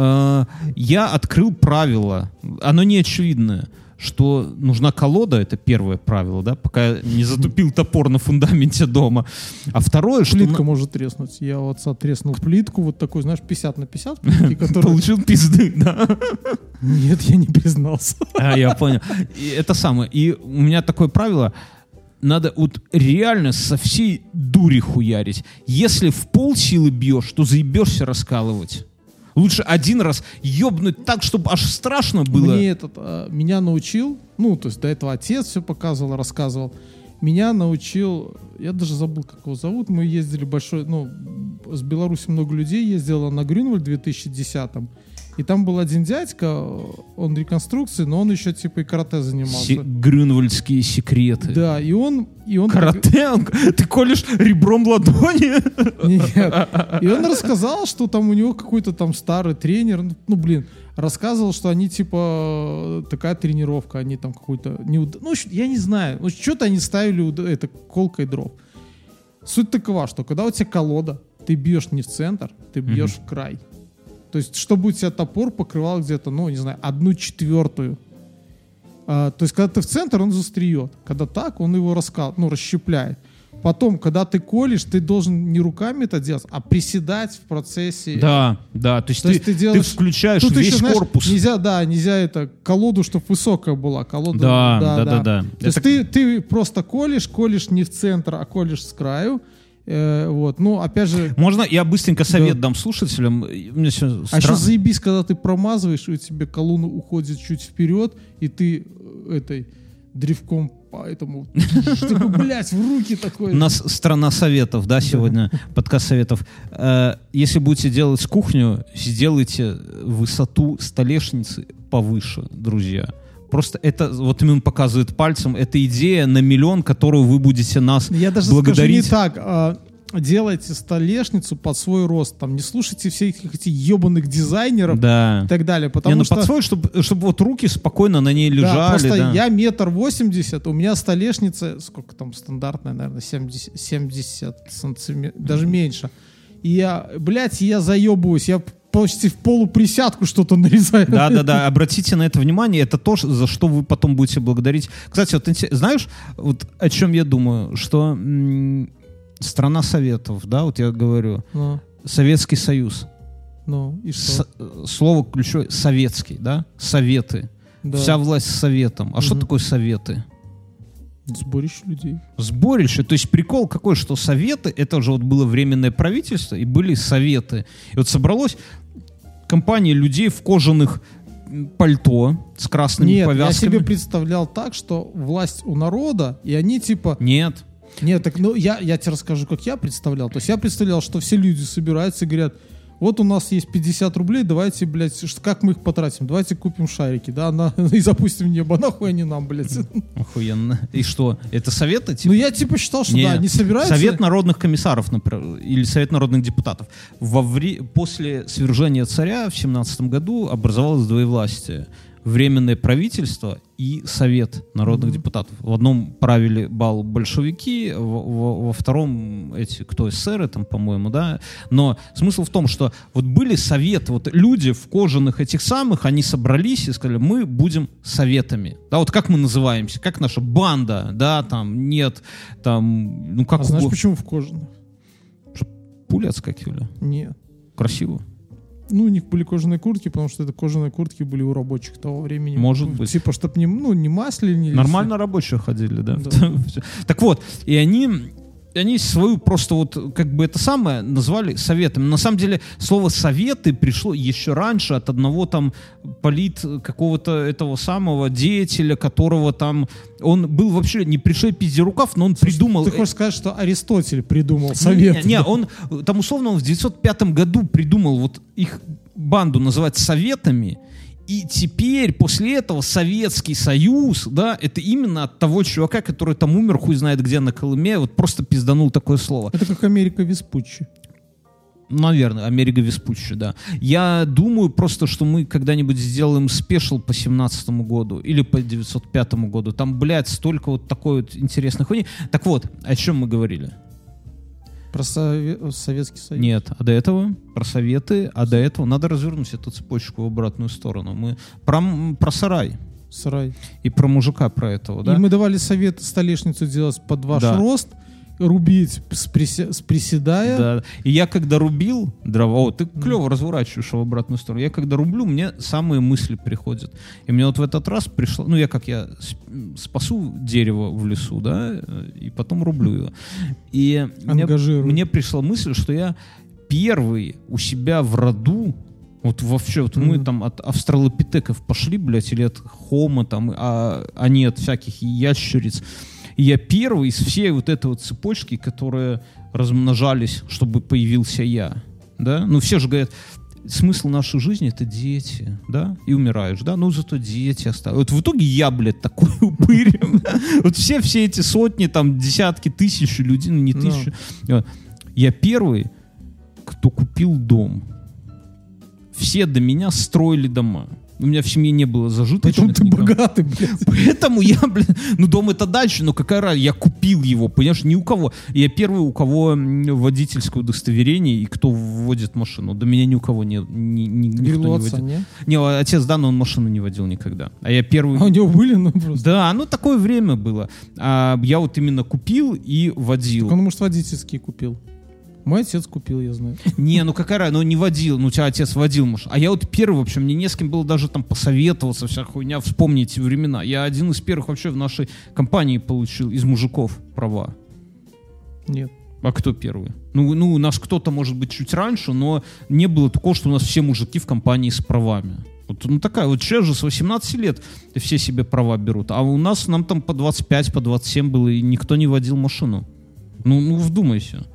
Я открыл правило. Оно не очевидное. Что нужна колода, это первое правило, да, пока не затупил топор на фундаменте дома. А второе, что... Плитка может треснуть. Я у отца треснул плитку, вот такой, знаешь, 50 на 50 плитки, который... Получил пизды, да? Нет, я не признался. Я понял. Это самое. И у меня такое правило, надо вот реально со всей дури хуярить. Если в полсилы бьешь, то заебешься раскалывать. Лучше один раз ёбнуть так, чтобы аж страшно было. Меня научил, то есть до этого отец все показывал, рассказывал. Меня научил, я даже забыл, как его зовут. Мы ездили с Беларуси много людей ездило на Грюнвальд в 2010-м. И там был один дядька, он реконструкции, но он еще типа и карате занимался. Грюнвальдские секреты. Да, и он... Карате? Ты колешь ребром ладони? Нет. И он рассказал, что там у него какой-то там старый тренер, рассказывал, что они типа такая тренировка, они там какой-то... я не знаю, что-то они ставили колкой дров. Суть такова, что когда у тебя колода, ты бьешь не в центр, ты бьешь в край. То есть, чтобы у тебя топор покрывал где-то, 1/4. То есть, когда ты в центр, он застреет. Когда так, он его расщепляет. Потом, когда ты колешь, ты должен не руками это делать, а приседать в процессе. Да. То есть ты включаешь тут весь еще, корпус. Нельзя колоду, чтобы высокая была. Колода, да. То есть ты просто колешь не в центр, а колешь с краю. Опять же... Можно я быстренько совет дам слушателям? Еще заебись, когда ты промазываешь, и у тебя колонна уходит чуть вперед, и ты древком поэтому блять, в руки такой. У нас страна советов, да, сегодня подкаст советов. Если будете делать кухню, сделайте высоту столешницы повыше, друзья. Просто это, вот именно показывает пальцем, это идея на миллион, которую вы будете нас благодарить. Я даже скажу не так. Делайте столешницу под свой рост. Там не слушайте всех этих ебаных дизайнеров и так далее. Потому что... под свой, чтобы вот руки спокойно на ней лежали. Просто я 1,80 м, у меня столешница, сколько там стандартная, наверное, 70 сантиметров, даже меньше. И я заебываюсь, я почти в полуприсядку что-то нарезаю. Да, обратите на это внимание, это то, за что вы потом будете благодарить. Кстати, вот знаешь, вот о чем я думаю, что страна советов, да, вот я говорю, Советский Союз. И что? Слово ключевое советский, да, советы. Да. Вся власть с советом. А что такое советы? Сборище людей. Сборище. То есть прикол какой, что советы, это уже вот было временное правительство, и были советы. И вот собралось компания людей в кожаных пальто с красными повязками. Я себе представлял так, что власть у народа, и они типа... Нет, так я тебе расскажу, как я представлял. То есть я представлял, что все люди собираются и говорят, вот у нас есть 50 рублей, давайте, блядь, как мы их потратим? Давайте купим шарики, да, и запустим в небо. Нахуй они нам, блядь. Охуенно. И что? Это советы? Типа? Я типа считал, что они собираются... Совет народных комиссаров, например, или Совет народных депутатов. После свержения царя в 17 году образовалось двоевластие. Временное правительство и Совет народных депутатов. В одном правили бал большевики, во втором кто эсеры, там, по-моему, да. Но смысл в том, что вот были советы, вот люди в кожаных этих самых, они собрались и сказали, мы будем советами. Да, вот как мы называемся, как наша банда, да, там, нет, там, как... А знаешь, почему в кожаных? Что, пули отскакивали? Нет. Красиво. У них были кожаные куртки, потому что это кожаные куртки были у рабочих того времени. Может быть. Типа, чтобы не маслили. Нормально рабочие ходили, да. Так вот, и они они свою просто вот как бы это самое назвали советами. На самом деле слово «советы» пришло еще раньше от одного там какого-то этого самого деятеля, которого там... Он был вообще не пришей пизди рукав, но он придумал... Ты хочешь сказать, что Аристотель придумал советы? Не, он там условно он в 905 году придумал вот их банду называть советами. И теперь, после этого, Советский Союз, да, это именно от того чувака, который там умер, хуй знает где, на Колыме, вот просто пизданул такое слово. Это как Америка Веспуччи. Наверное, Америка Веспуччи, да. Я думаю просто, что мы когда-нибудь сделаем спешл по 17-му году или по 905 году. Там, блядь, столько вот такой вот интересной хуйни. Так вот, о чем мы говорили? Про Советский Союз. Нет, а до этого про советы, а до этого надо развернуть эту цепочку в обратную сторону. Мы про сарай. Сарай. И про мужика про этого, да? И мы давали совет столешницу делать под ваш рост, рубить приседая. Да. И я когда рубил дрова, ты клево разворачиваешь в обратную сторону. Я когда рублю, мне самые мысли приходят. И мне вот в этот раз пришло, я спасу дерево в лесу, да, и потом рублю его. И мне пришла мысль, что я первый у себя в роду, вот вообще, вот мы там от австралопитеков пошли, блядь, или от хомо там, а не от всяких ящериц. И я первый из всей вот этой вот цепочки, которые размножались, чтобы появился я, да? Все же говорят, смысл нашей жизни — это дети, да? И умираешь, да? Зато дети остались. Вот в итоге я, блядь, такой упырь. Вот все эти сотни, там, десятки, тысячи людей, не тысячи. Я первый, кто купил дом. Все до меня строили дома. У меня в семье не было зажиточных. Поэтому ты богатый, блядь. Поэтому я, блядь, дом это дальше, но какая разница, я купил его, понимаешь, ни у кого. Я первый, у кого водительское удостоверение и кто вводит машину. До меня ни у кого никто не водил. Не, отец, да, но он машину не водил никогда. А я первый... А у него были, просто? Да, такое время было. А я вот именно купил и водил. Так он, может, водительский купил. Мой отец купил, я знаю. Не, какая разница, не водил, у тебя отец водил, может. А я вот первый, в общем, мне не с кем было даже там посоветоваться, вся хуйня, вспомнить эти времена. Я один из первых вообще в нашей компании получил из мужиков права. Нет. А кто первый? У нас кто-то, может быть, чуть раньше, но не было такого, что у нас все мужики в компании с правами. Вот, такая, вот сейчас же с 18 лет все себе права берут, а у нас, нам там по 25, по 27 было, и никто не водил машину. Вдумайся.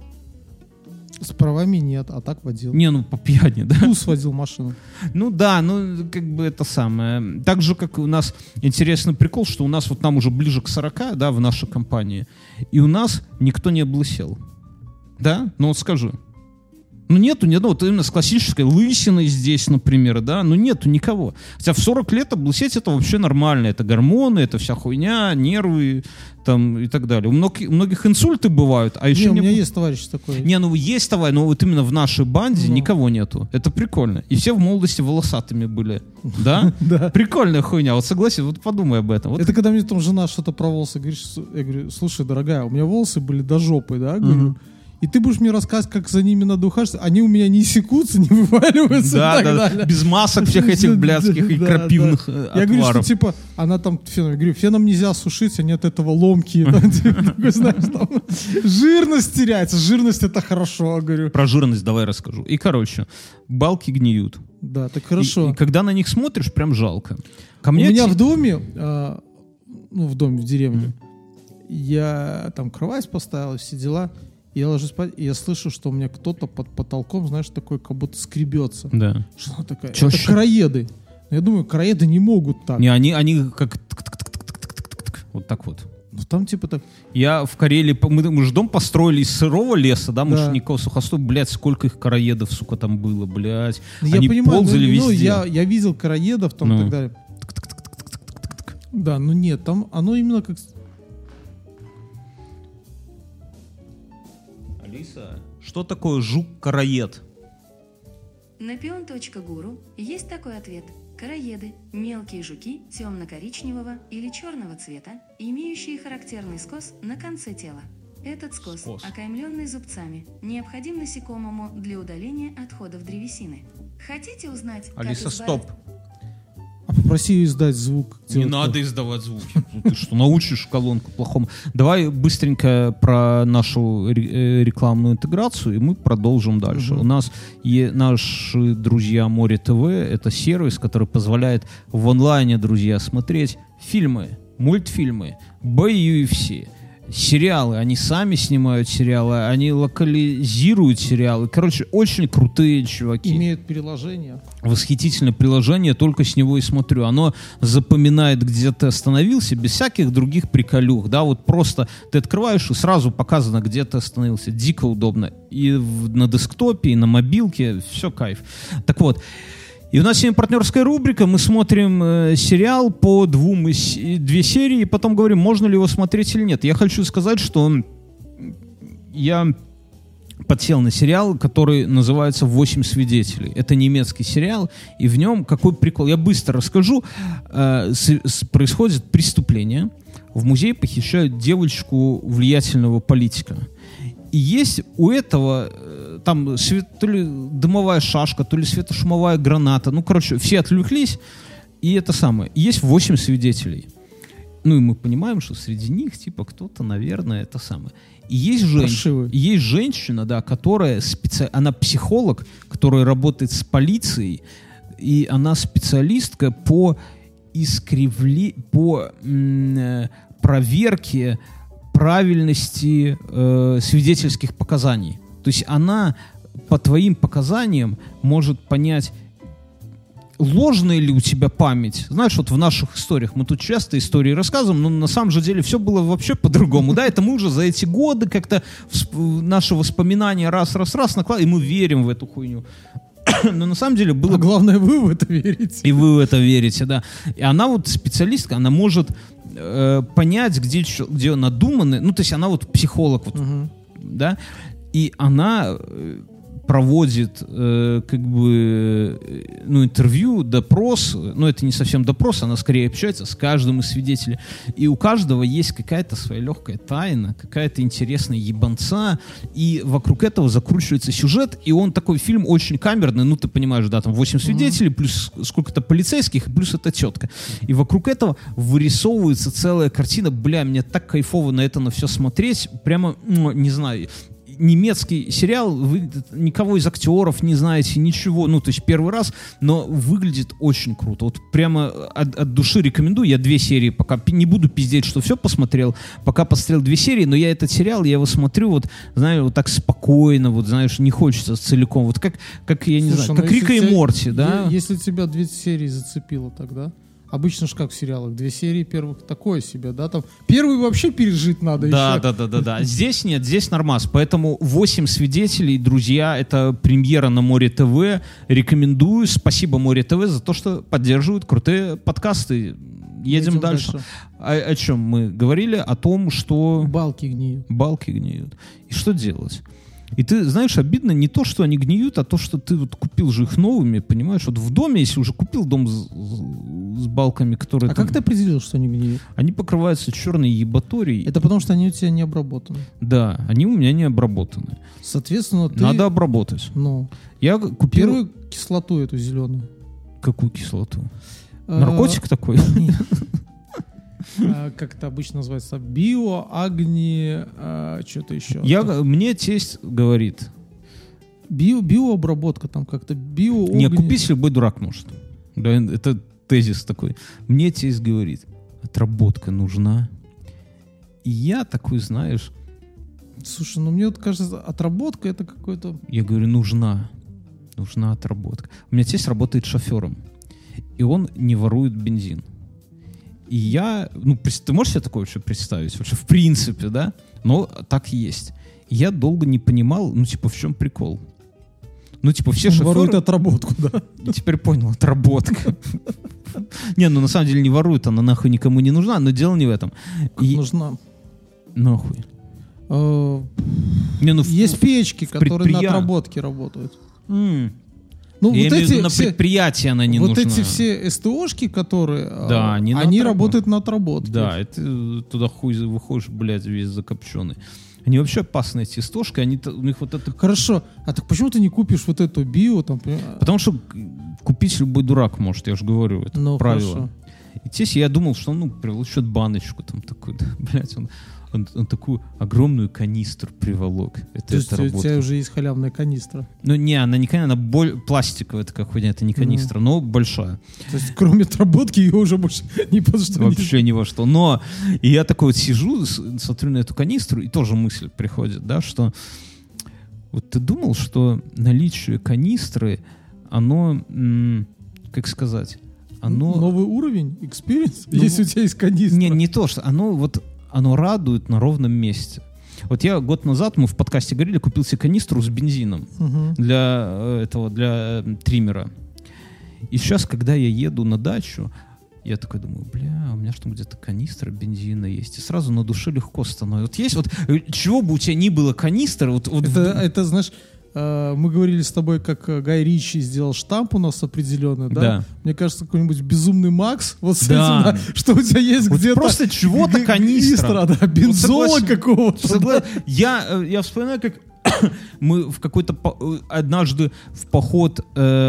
С правами нет, а так водил. По пьяни, да? Туз водил машину. Как бы это самое. Так же, как у нас интересный прикол, что у нас вот нам уже ближе к 40, да, в нашей компании, и у нас никто не облысел. Да? Скажи. Нету ни одного, вот именно с классической лысиной здесь, например, да, нету никого. Хотя в 40 лет облысеть это вообще нормально, это гормоны, это вся хуйня, нервы там и так далее. У многих инсульты бывают, а еще... у меня есть товарищ такой. Есть товарищ, но вот именно в нашей банде никого нету. Это прикольно. И все в молодости волосатыми были, да? Да. Прикольная хуйня, вот согласен, вот подумай об этом. Это когда мне там жена что-то про волосы говорит, я говорю, слушай, дорогая, у меня волосы были до жопы, да, говорю. И ты будешь мне рассказывать, как за ними надо ухаживать. Они у меня не секутся, не вываливаются и так далее. Без масок всех этих блядских и крапивных отваров. Я говорю, что типа, она там феном, говорю, феном нельзя сушить, они от этого ломкие. Жирность теряется. Жирность — это хорошо, говорю. Про жирность давай расскажу. И, балки гниют. Да, так хорошо. И когда на них смотришь, прям жалко. У меня в доме, в деревне, я там кровать поставила, все дела. Я ложусь спать, и я слышу, что у меня кто-то под потолком, знаешь, такой, как будто скребется. Да. Что она такая? Это короеды. Я думаю, короеды не могут так. Не, они как вот так вот. Там типа так. Я в Карелии, мы же дом построили из сырого леса, да, мы же никакого сухостоя, блядь, сколько их короедов, сука, там было, блядь. Они ползали везде. Я видел короедов там и так далее. Да, нет, там оно именно как... Алиса, что такое жук-короед? На pion.guru есть такой ответ. Короеды – мелкие жуки темно-коричневого или черного цвета, имеющие характерный скос на конце тела. Этот скос, окаймленный зубцами, необходим насекомому для удаления отходов древесины. Хотите узнать, Алиса, как стоп. А по Попроси ее издать звук. Не надо издавать звуки. Ты что, научишь колонку плохому? Давай быстренько про нашу рекламную интеграцию, и мы продолжим дальше. У нас наши друзья Море ТВ — это сервис, который позволяет в онлайне, друзья, смотреть фильмы, мультфильмы, бои UFC, сериалы. Они сами снимают сериалы, они локализируют сериалы. Короче, очень крутые чуваки. Имеют приложение. Восхитительное приложение, только с него и смотрю. Оно запоминает, где ты остановился, без всяких других приколюх. Да, вот просто ты открываешь, и сразу показано, где ты остановился. Дико удобно. И на десктопе, и на мобилке. Все кайф. Так вот. И у нас сегодня партнерская рубрика. Мы смотрим сериал по 2 серии, и потом говорим, можно ли его смотреть или нет. Я хочу сказать, что я подсел на сериал, который называется «8 свидетелей». Это немецкий сериал, и в нем какой прикол. Я быстро расскажу. Происходит преступление. В музей похищают девочку влиятельного политика. И есть у этого там то ли дымовая шашка, то ли светошумовая граната. Ну, короче, все отвлеклись, и это самое. Есть 8 свидетелей. Ну, и мы понимаем, что среди них, типа, кто-то, наверное, это самое. И есть женщина, да, которая она психолог, которая работает с полицией, и она специалистка по проверке правильности свидетельских показаний. То есть она по твоим показаниям может понять, ложная ли у тебя память. Знаешь, вот в наших историях, мы тут часто истории рассказываем, но на самом же деле все было вообще по-другому. Да, это мы уже за эти годы как-то наши воспоминания раз накладываем, и мы верим в эту хуйню. Но на самом деле было... А главное, вы в это верите. И вы в это верите, да. И она вот специалистка, она может понять, где надуманы. Ну, то есть она вот психолог, вот, да. И она проводит интервью, допрос, но это не совсем допрос, она скорее общается с каждым из свидетелей, и у каждого есть какая-то своя легкая тайна, какая-то интересная ебанца, и вокруг этого закручивается сюжет, и он такой фильм очень камерный, ну ты понимаешь, да, там 8 свидетелей, плюс сколько-то полицейских, плюс эта тетка, и вокруг этого вырисовывается целая картина. Бля, мне так кайфово на это на все смотреть, прямо, не знаю, немецкий сериал, вы никого из актеров не знаете, ничего, ну, то есть первый раз, но выглядит очень круто. Вот прямо от души рекомендую. Я 2 серии пока, не буду пиздеть, что все посмотрел, пока посмотрел 2 серии, но я этот сериал, я его смотрю, вот, знаешь, вот так спокойно, вот, знаешь, не хочется целиком, вот как я не знаю, как Рика и Морти, да? Если тебя 2 серии зацепило тогда, обычно же как в сериалах, 2 серии первых такое себе, да, там первый вообще пережить надо еще. Да. Здесь нет, здесь нормас, поэтому 8 свидетелей, друзья, это премьера на Море ТВ, рекомендую, спасибо Море ТВ за то, что поддерживают крутые подкасты. Едем дальше. О чем мы говорили? О том, что... Балки гниют. И что делать? И ты, знаешь, обидно не то, что они гниют, а то, что ты вот купил же их новыми, понимаешь? Вот в доме, если уже купил дом с балками, которые... А как ты определил, что они гниют? Они покрываются черной ебаторией. Это потому, что они у тебя не обработаны. Да, они у меня не обработаны. Соответственно, ты... Надо обработать. Ну. Я купил... Первую кислоту эту зеленую. Какую кислоту? Наркотик такой? Нет. Как это обычно называется? Био, агни, что-то еще. Мне тесть говорит. Биообработка там как-то. Не, купить любой дурак может. Да, это тезис такой. Мне тесть говорит, отработка нужна. И я такой, знаешь... Слушай, ну мне вот кажется, отработка это какой-то... Я говорю, нужна отработка. У меня тесть работает шофером. И он не ворует бензин. И я, ты можешь себе такое вообще представить? Вообще, в принципе, да? Но так и есть. И я долго не понимал, в чем прикол? Все шоферы... Воруют отработку, да? Я теперь понял, отработка. Не, на самом деле не воруют, она нахуй никому не нужна, но дело не в этом. Нужна. Нахуй. Есть печки, которые на отработке работают. Я имею в виду, на предприятии она не нужна. Вот эти все СТОшки, которые, да, они работают на отработке. Да, это туда хуй выходишь, блядь, весь закопченый. Они вообще опасные, эти СТОшки, у них вот это... Хорошо, а так почему ты не купишь вот эту био? Там, потому что купить любой дурак может, я же говорю, это Ну, правило. хорошо. И естественно, я думал, что он приволочет баночку там такую, да, блядь, он такую огромную канистру приволок. То есть у тебя уже есть халявная канистра. Ну, не, она не канистра, она пластиковая такая хуйня, это не канистра, но большая. То есть кроме отработки ее уже больше ни под что Вообще ни во что. Но и я такой вот сижу, смотрю на эту канистру, и тоже мысль приходит, да, что вот ты думал, что наличие канистры, оно, как сказать, оно... Новый уровень, experience, если у тебя есть канистра. Не то, что оно радует на ровном месте. Вот я год назад, мы в подкасте говорили, купил себе канистру с бензином для триммера. И сейчас, когда я еду на дачу, я такой думаю, бля, у меня что, где-то канистра бензина есть. И сразу на душе легко становится. Вот есть вот, чего бы у тебя ни было канистра, вот... Это, знаешь, мы говорили с тобой, как Гай Ричи сделал штамп у нас определенный, да? Да. Мне кажется, какой-нибудь безумный Макс, вот с Да. этим, да, что у тебя есть Вот где-то... просто чего-то канистра. Да, бензола согласен. какого-то. да. Я вспоминаю, как мы в какой-то однажды в поход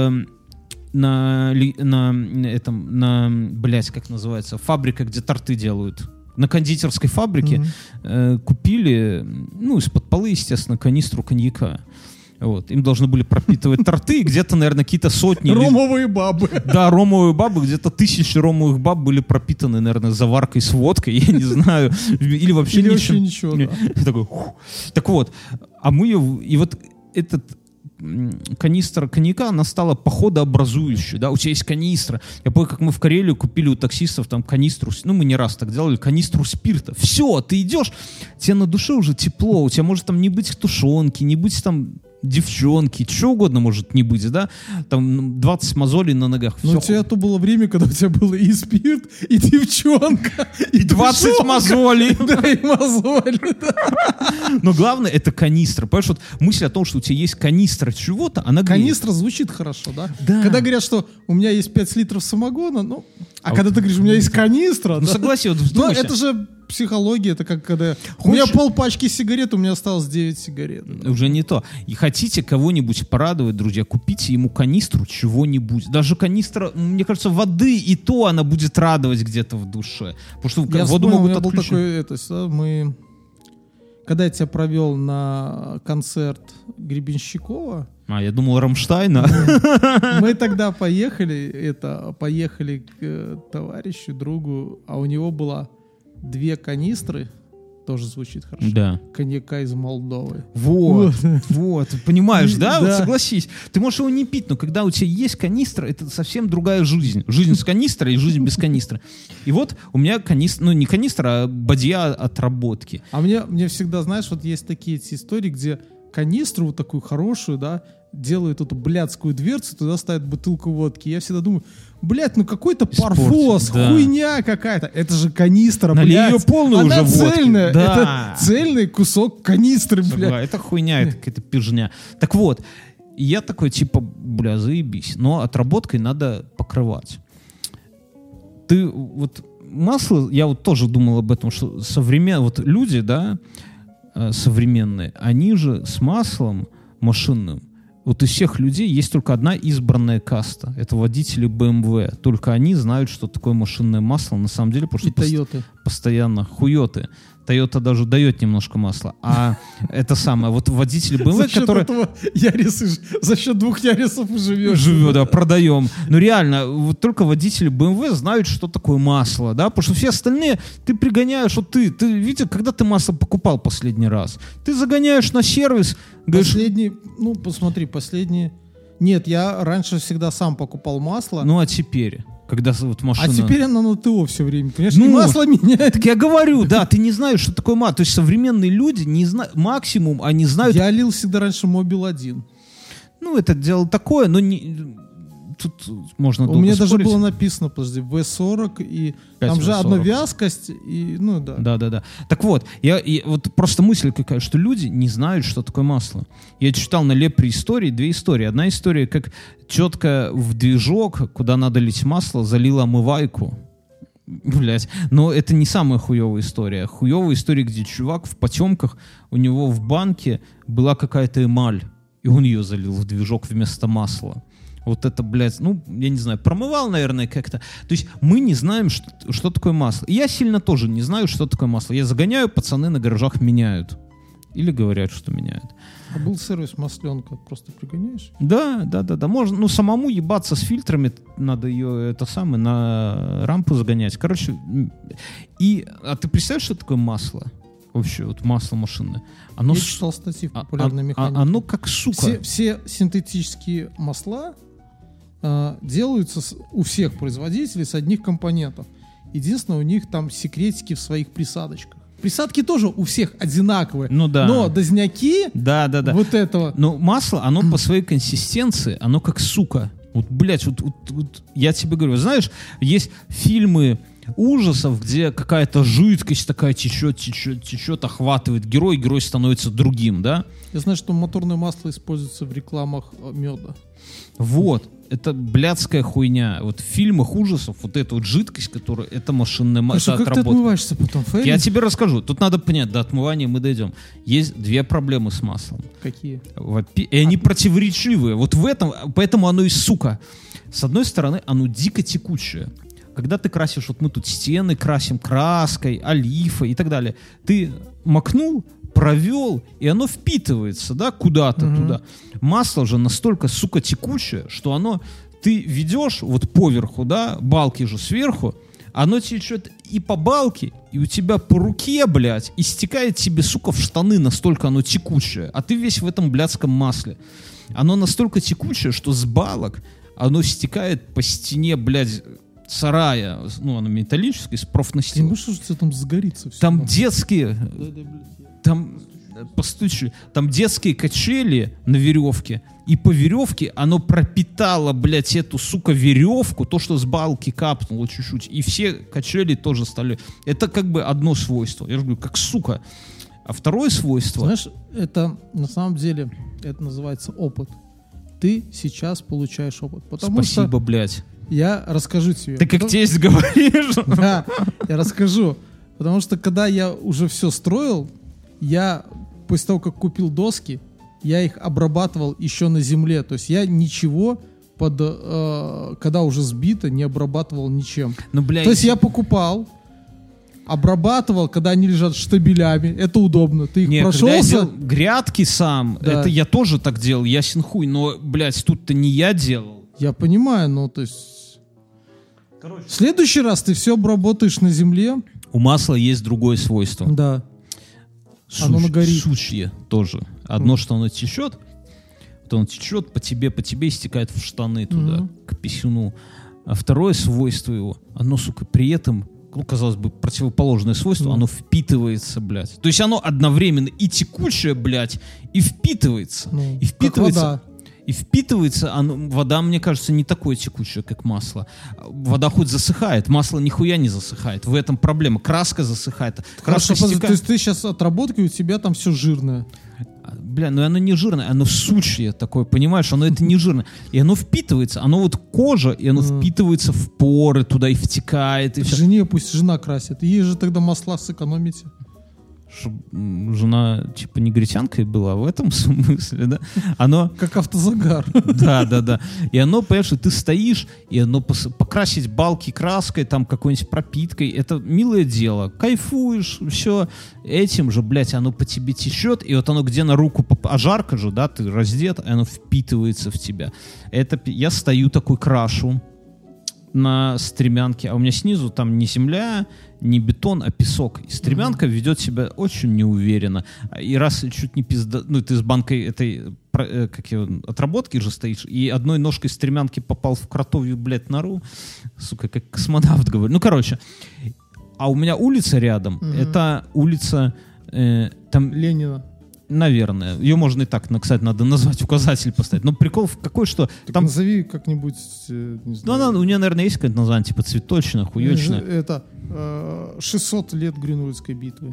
блять, как называется, фабрика, где торты делают. На кондитерской фабрике купили, из-под полы, естественно, канистру коньяка. Вот. Им должны были пропитывать торты, и где-то, наверное, какие-то сотни... Ромовые бабы. Да, ромовые бабы, где-то 1000 ромовых баб были пропитаны, наверное, заваркой с водкой, я не знаю. Или вообще Или ничем. вообще ничего, да. Такой, так вот, а мы ее... И вот этот канистра коньяка, она стала походообразующей, да, у тебя есть канистра. Я помню, как мы в Карелию купили у таксистов там канистру, мы не раз так делали, канистру спирта. Все, ты идешь, тебе на душе уже тепло, у тебя может там не быть тушенки, не быть там девчонки, что угодно может не быть, да, там 20 мозолей на ногах. Но у тебя то было время, когда у тебя было и спирт, и девчонка, и 20 тушенка. мозолей. Да, и мозоли, да. Но главное, это канистра. Понимаешь, вот мысль о том, что у тебя есть канистра чего-то, она греет. Канистра звучит хорошо, да? Да. Когда говорят, что у меня есть 5 литров самогона, а когда ты говоришь, у меня есть канистра, Ну, да? согласен, вот Но вдумайся. это же психология, это как когда... У меня полпачки сигарет, у меня осталось 9 сигарет. Да. Уже не то. И хотите кого-нибудь порадовать, друзья, купите ему канистру чего-нибудь. Даже канистра, мне кажется, воды, и то она будет радовать где-то в душе. Потому что Я воду вспомнил, у могут меня был отключить. такой, когда я тебя провел на концерт Гребенщикова, Я думал, Рамштайна. мы тогда поехали к товарищу, другу, а у него было 2 канистры, тоже звучит хорошо, Да. коньяка из Молдовы. Вот, понимаешь, да? Вот Да. согласись. Ты можешь его не пить, но когда у тебя есть канистра, это совсем другая жизнь. Жизнь с канистрой и жизнь без канистры. И вот у меня канистра, не канистра, а бадья отработки. А мне всегда, знаешь, вот есть такие эти истории, где канистру вот такую хорошую, да, делают эту блядскую дверцу, туда ставят бутылку водки. Я всегда думаю, блядь, какой-то парфос, да. хуйня какая-то. Это же канистра, Налей блядь. ее полную Она уже водки. цельная. Да. Это цельный кусок канистры, блядь. Это хуйня, это какая-то пижня. Так вот, и я такой, типа, заебись. Но отработкой надо покрывать. Ты вот масло, я вот тоже думал об этом, что вот люди, да, современные, они же с маслом машинным, вот из всех людей есть только одна избранная каста. Это водители BMW. Только они знают, что такое машинное масло на самом деле, потому И что Тойоты. постоянно хуёты. Toyota даже дает немножко масла. А это самое, вот водители BMW, За счет которые... этого за счет 2 Ярисов и живешь. Живет, да, продаем. Но реально, вот только водители BMW знают, что такое масло, да, потому что все остальные, ты пригоняешь, вот ты видишь, когда ты масло покупал последний раз? Ты загоняешь на сервис, говоришь, Последний... Нет, я раньше всегда сам покупал масло. а теперь, когда вот машина... А теперь она на ТО все время, понимаешь? Ну, и масло меняет. Так я говорю, да, ты не знаешь, что такое масло. То есть современные люди не знают, максимум они знают... Я лил всегда раньше Мобил-1. Это дело такое, но тут можно долго У меня даже спорить. было написано, подожди, В40, и там же V40. одна вязкость, и, да. Да. Так вот, и вот просто мысль какая, что люди не знают, что такое масло. Я читал на Лепре истории, 2 истории. Одна история, как четко в движок, куда надо лить масло, залила омывайку. Блять. Но это не самая хуевая история. Хуевая история, где чувак в потемках, у него в банке была какая-то эмаль, и он ее залил в движок вместо масла. Вот это, блядь, ну, я не знаю, промывал, наверное, как-то. То есть мы не знаем, что такое масло. И я сильно тоже не знаю, что такое масло. Я загоняю, пацаны на гаражах меняют. Или говорят, что меняют. А был сервис масленка, просто пригоняешь? Да. Можно, ну, самому ебаться с фильтрами, надо ее, на рампу загонять. Короче, а ты представляешь, что такое масло? Вообще, вот масло машинное. Оно Я читал статьи в популярной механике. Оно как сука. Все синтетические масла делаются у всех производителей с одних компонентов. Единственное, у них там секретики в своих присадочках. Присадки тоже у всех одинаковые. Ну да. Но дозняки вот этого... Но масло, оно по своей консистенции, оно как сука. Вот, блядь, вот я тебе говорю, знаешь, есть фильмы ужасов, где какая-то жидкость такая течет, охватывает герой становится другим, да? Я знаю, что моторное масло используется в рекламах меда. Вот. Это блядская хуйня. Вот в фильмах ужасов вот эта вот жидкость, которая... Это машинная масло. Как ты отмываешься потом, Фейли? Я тебе расскажу. Тут надо понять, до отмывания мы дойдем. Есть две проблемы с маслом. Какие? И они противоречивые. Вот в этом... Поэтому оно и сука. С одной стороны, оно дико текучее. Когда ты красишь... Вот мы тут стены красим краской, олифой и так далее. Ты макнул, провел, и оно впитывается, да, куда-то туда. Масло же настолько, сука, текучее, что оно, ты ведешь вот поверху, да, балки же сверху, оно течет и по балке, и у тебя по руке, блядь, и стекает тебе, сука, в штаны, настолько оно текучее, а ты весь в этом блядском масле. Оно настолько текучее, что с балок оно стекает по стене, блядь, сарая, ну, оно металлическое, из профнастила. Ты можешь, что там сгорится все? Там детские... Там, постучи, там детские качели на веревке, и по веревке оно пропитало, блядь, эту, сука, веревку, то, что с балки капнуло чуть-чуть, и все качели тоже стали. Это как бы одно свойство. Я же говорю, как сука. А второе свойство... Знаешь, это на самом деле, это называется опыт. Ты сейчас получаешь опыт. Спасибо, блядь. Я расскажу тебе. Ты как тесть говоришь. Да, я расскажу. Потому что когда я уже все строил, я после того, как купил доски, я их обрабатывал еще на земле. То есть я ничего когда уже сбито, не обрабатывал ничем. Ну, блядь. То есть я покупал, обрабатывал, когда они лежат штабелями. Это удобно. Ты их прошелся. Когда я делал грядки сам, да. Это я тоже так делал, ясен хуй. Но, блядь, тут-то не я делал. Я понимаю, но то есть... Короче. В следующий раз ты все обработаешь на земле. У масла есть другое свойство. Да. Оно нагорит. Сучье тоже. Одно, что оно течет, то оно течет по тебе и стекает в штаны туда, к писюну. А второе свойство его, оно, сука, при этом, ну, казалось бы, противоположное свойство, оно впитывается, блядь. То есть оно одновременно и текучее, блядь, и впитывается. Ну, и впитывается. Как вода. И впитывается, вода, мне кажется, не такое текучее, как масло. Вода хоть засыхает, масло нихуя не засыхает. В этом проблема. Краска засыхает. Краска Хорошо, то есть ты сейчас отработки, у тебя там все жирное. Бля, ну оно не жирное, оно сучье такое, понимаешь? Оно это не жирное. И оно впитывается, оно вот кожа, и оно впитывается в поры туда и втекает. И Жене пусть жена красит. Ей же тогда масла сэкономите. Чтобы жена, типа, негритянкой была в этом смысле, да? Оно... Как автозагар. Да. И оно, понимаешь, и ты стоишь, и оно покрасить балки краской, там, какой-нибудь пропиткой, это милое дело. Кайфуешь, все. Этим же, блядь, оно по тебе течет, и вот оно где на руку... А жарко же, да, ты раздет, и оно впитывается в тебя. Это я стою такой, крашу на стремянке, а у меня снизу там не земля, не бетон, а песок. И стремянка ведет себя очень неуверенно. И раз чуть не пизда... Ну, ты с банкой этой отработки же стоишь, и одной ножкой стремянки попал в кротовью, блядь, нору. Сука, как космонавт говорит. Ну, короче. А у меня улица рядом. Это улица... там... Ленина. Наверное. Ее можно и так, кстати, надо назвать, указатель поставить. Но прикол какой, что... Так там... назови как-нибудь, не знаю. Ну, у нее, наверное, есть какое-то название, типа цветочное, хуечное. Это 600 лет Гринвольдской битвы.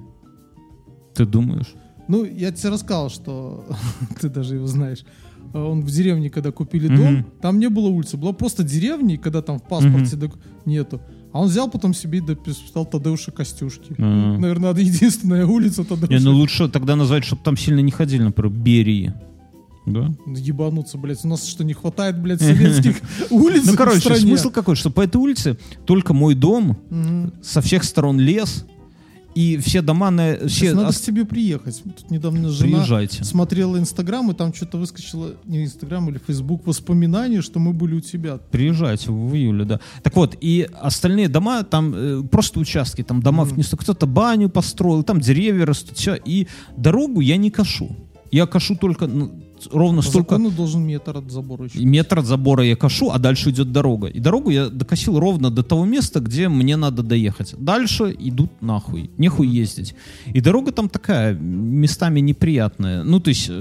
Ты думаешь? Ну, я тебе рассказал, что ты даже его знаешь. Он в деревне, когда купили дом, там не было улицы. Была просто деревня, и когда там в паспорте нету. А он взял потом себе и дописал Тадеуша Костюшки. Наверное, это единственная улица Тадеуша. Не, ну лучше тогда назвать, чтобы там сильно не ходили, например, Берии. Да. Ебануться, блядь. У нас что, не хватает, блядь, советских улиц Ну, в короче, стране? смысл какой, что по этой улице только мой дом, со всех сторон лес, и все дома на... Сейчас надо к тебе приехать. Тут недавно жена Приезжайте. смотрела Инстаграм, и там что-то выскочило, не Инстаграм или Фейсбук, воспоминания, что мы были у тебя. Приезжайте в июле, да. Так вот, и остальные дома, там просто участки, там домов не столько, кто-то баню построил, там деревья растут, все, и дорогу я не кашу. Я кашу только ровно По столько... закону должен метр от забора еще. Метр от забора я кашу, а дальше идет дорога. И дорогу я докосил ровно до того места, где мне надо доехать. Дальше идут нахуй. Нехуй ездить. И дорога там такая, местами неприятная. Ну, то есть,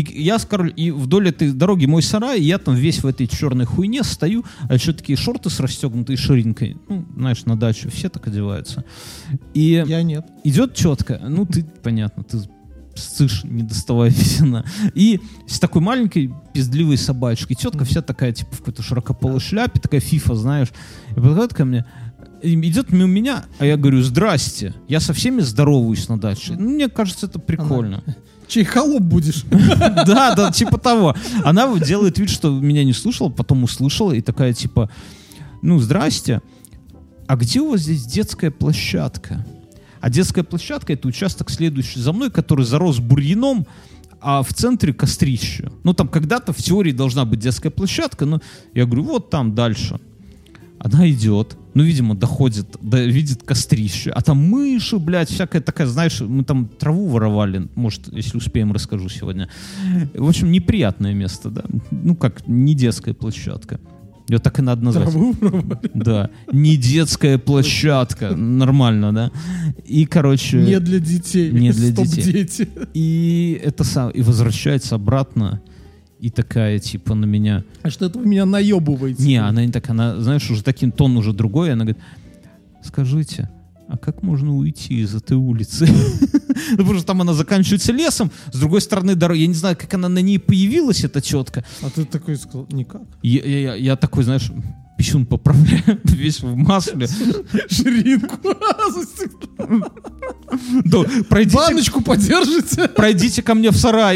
и вдоль этой дороги мой сарай, и я там весь в этой черной хуйне стою, а еще такие шорты с расстегнутой ширинкой. Ну, знаешь, на дачу все так одеваются. И Я нет. идет четко. Ну, ты, понятно, ты сцишь, не доставая весена. И с такой маленькой пиздливой собачкой. Тетка вся такая, типа, в какой-то широкополой шляпе, такая фифа, знаешь. И подходит ко мне, идет мимо меня, а я говорю: здрасте. Я со всеми здороваюсь на даче. Ну, мне кажется, это прикольно. Чей холоп будешь? Да, типа того. Она делает вид, что меня не слушала, потом услышала и такая, типа, ну, здрасте. А где у вас здесь детская площадка? А детская площадка — это участок, следующий за мной, который зарос бурьяном, а в центре кострище. Ну, там когда-то в теории должна быть детская площадка, но я говорю, вот там дальше. Она идет, ну, видимо, доходит, видит кострище, а там мыши, блядь, всякая такая, знаешь, мы там траву воровали, может, если успеем, расскажу сегодня. В общем, неприятное место, да, ну, как не детская площадка. Ее так и надо назвать. Траву воровали. Да, не детская площадка, нормально, да. И, короче... Не для детей. Не для Стоп, детей. дети. И и возвращается обратно, и такая, типа, на меня... А что это вы меня наебываете? Не, она не так, она, знаешь, уже таким тон уже другой, и она говорит: скажите, а как можно уйти из этой улицы? Ну, потому что там она заканчивается лесом, с другой стороны дороги. Я не знаю, как она на ней появилась, эта тетка. А ты такой сказал, никак. Я такой, знаешь, писюн поправляю, весь в масле. Ширинку. Да, Баночку подержите. пройдите ко мне в сарай.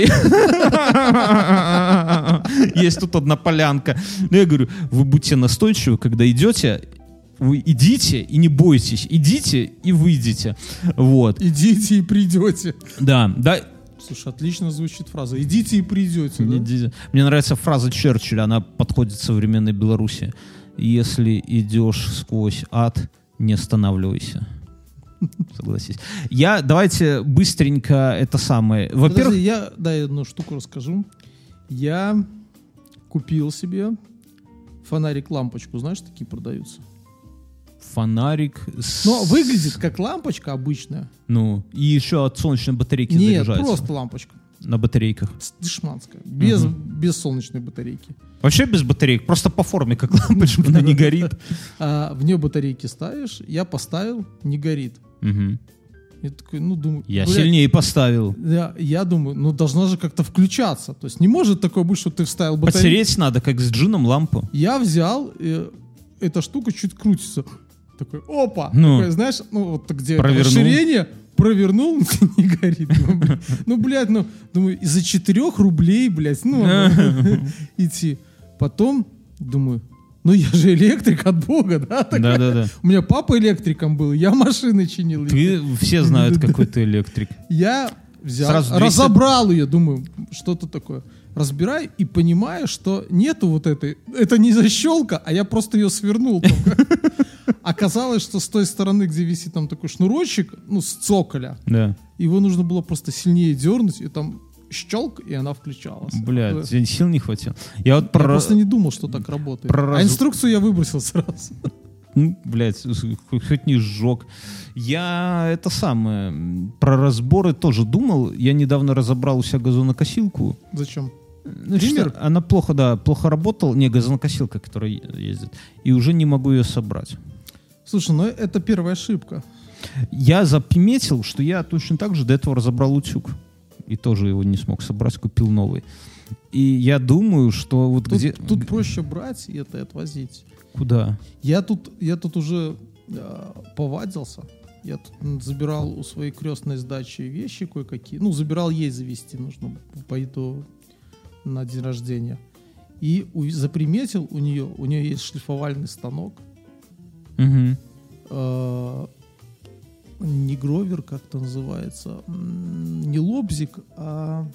Есть тут одна полянка. Ну, я говорю, вы будьте настойчивы, когда идете, вы идите и не бойтесь. Идите и выйдите. Вот. Идите и придете. Да. Слушай, отлично звучит фраза. Идите и придете. Да? Идите. Мне нравится фраза Черчилля, она подходит в современной Беларуси. Если идешь сквозь ад, не останавливайся. Согласись. Давайте быстренько это самое. Во-первых... Подожди, дай одну штуку расскажу. Я купил себе фонарик-лампочку. Знаешь, такие продаются? Фонарик. Но выглядит как лампочка обычная. Ну, и еще от солнечной батарейки Нет, заряжается. просто лампочка. На батарейках. Дешманская. Без солнечной батарейки. Вообще без батареек, просто по форме, как лампочка, она не горит. В нее батарейки ставишь, я поставил, не горит. Мгм. Я такой, думаю... Я блядь, сильнее поставил. Я думаю, должна же как-то включаться. То есть не может такое быть, что ты вставил батарейку. Потереть надо, как с джином, лампу. Я взял, эта штука чуть крутится. Такой, опа! Ну. Такой, знаешь, вот где Провернул. расширение, провернул, не горит. Блядь, думаю, из-за 4 рублей, блядь, идти. Потом, думаю, я же электрик от Бога, да? Да. У меня папа электриком был, я машины чинил. Все знают, какой ты электрик. Я взял, Сразу 200. разобрал ее, думаю, что-то такое. Разбираю и понимаю, что нету вот этой. Это не защелка, а я просто ее свернул только. Оказалось, что с той стороны, где висит там такой шнурочек, с цоколя, Да. его нужно было просто сильнее дернуть, и там щелк, и она включалась. Блядь, сил не хватило. Я вот Я просто не думал, что так работает. А инструкцию я выбросил сразу. Блядь, хоть не сжег. Я про разборы тоже думал. Я недавно разобрал у себя газонокосилку. Зачем? Триммер? Она плохо работала. Не, газонокосилка, которая ездит. И уже не могу ее собрать. Слушай, это первая ошибка. Я заприметил, что я точно так же до этого разобрал утюг. И тоже его не смог собрать, купил новый. И я думаю, что вот Тут проще брать и это отвозить. Куда? Я тут уже повадился. Я тут забирал у своей крестной с дачи вещи кое-какие. Забирал ей завести. Нужно пойду на день рождения. И заприметил у нее есть шлифовальный станок. Мгм. Не гровер, как это называется. Не лобзик, а...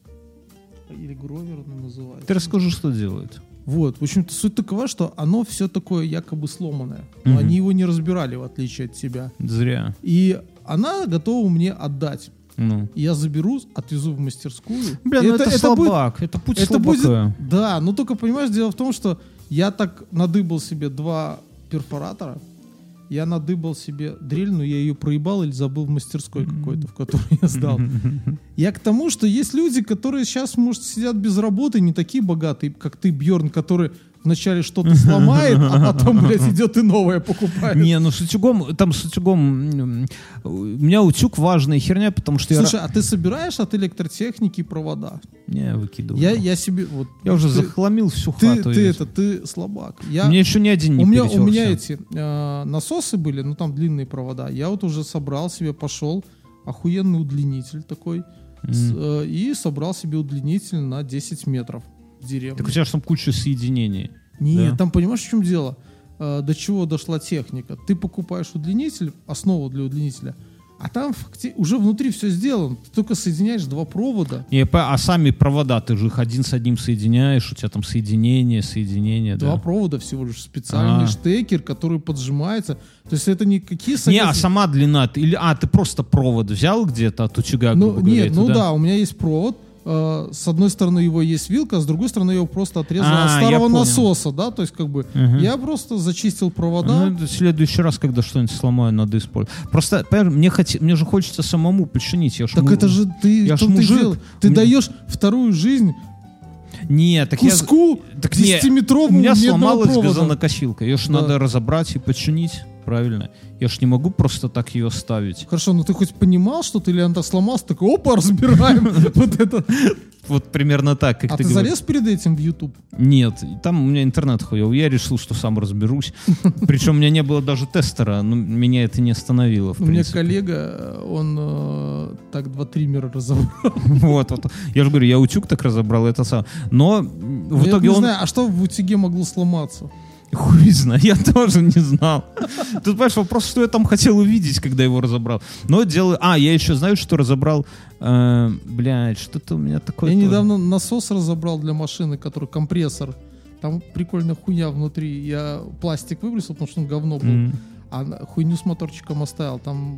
Или гровер он называется. Ты расскажи, что делает. Вот, в общем-то, суть такова, что оно все такое якобы сломанное. Но Мгм. они его не разбирали, в отличие от тебя. Зря. И она готова мне отдать. Ну. Я заберу, отвезу в мастерскую. Бля, И ну это будет- слабак. Это путь это будет, слабака. да, но только, понимаешь, дело в том, что я так надыбал себе 2 перфоратора, я надыбал себе дрель, но я ее проебал или забыл в мастерской какой-то, в которой я сдал. Я к тому, что есть люди, которые сейчас, может, сидят без работы, не такие богатые, как ты, Бьерн, который вначале что-то сломает, а потом, блядь, идет и новое покупает. Не, ну с утюгом, там с утюгом, у меня утюг важная херня, потому что Слушай, а ты собираешь от электротехники провода? Не, выкидываю. Я себе... Вот, Я уже ты- захламил всю Ты, хату. ты слабак. У меня еще ни один не у меня перетерся. эти насосы были, ну там длинные провода. Я вот уже собрал себе, пошел, охуенный удлинитель такой, и собрал себе удлинитель на 10 метров в деревне. Так у тебя же там куча соединений. Нет, да? там понимаешь, в чем дело? До чего дошла техника? Ты покупаешь удлинитель, основу для удлинителя, а там уже внутри все сделано. Ты только соединяешь 2 провода. А сами провода, ты же их один с одним соединяешь, у тебя там соединение, 2 да. провода всего лишь. Специальный штекер, который поджимается. То есть это не какие Не, а сама длина, ты просто провод взял где-то от утюга, грубо говоря, Нет, и ну туда? да, у меня есть провод. С одной стороны его есть вилка, а с другой стороны я его просто отрезал от я старого понял. насоса, да, то есть как бы я просто зачистил провода. Ну, в следующий раз, когда что-нибудь сломаю, надо использовать. Просто, понимаешь, мне же хочется самому починить. Я ж Так му- это же ты, я ж что ты мужик. делаешь? Ты Мне- даешь вторую жизнь Не, так куску Так не, 10-метровому у меня медного сломалась провода. газонокосилка. Ее ж Да. надо разобрать и починить, правильно? Я ж не могу просто так ее ставить. Хорошо, но ты хоть понимал, что ты, или она так сломался, такой, опа, разбираем вот это. Вот примерно так, как А ты ты говоришь. залез перед этим в YouTube? Нет, там у меня интернет хуёвый. Я решил, что сам разберусь. Причем у меня не было даже тестера, но меня это не остановило, в У меня принципе. коллега, он так 2 триммера разобрал. Вот. Я же говорю, я утюг так разобрал, это сам. Но в Я итоге не он... знаю, а что в утюге могло сломаться? Хуй знает, я тоже не знал. Тут, понимаешь, вопрос, что я там хотел увидеть, когда его разобрал. Но делаю... я еще знаю, что разобрал... Блядь, что-то у меня такое... Я тоже. недавно насос разобрал для машины, который компрессор. Там прикольная хуйня внутри. Я пластик выбросил, потому что он говно был. А хуйню с моторчиком оставил. Там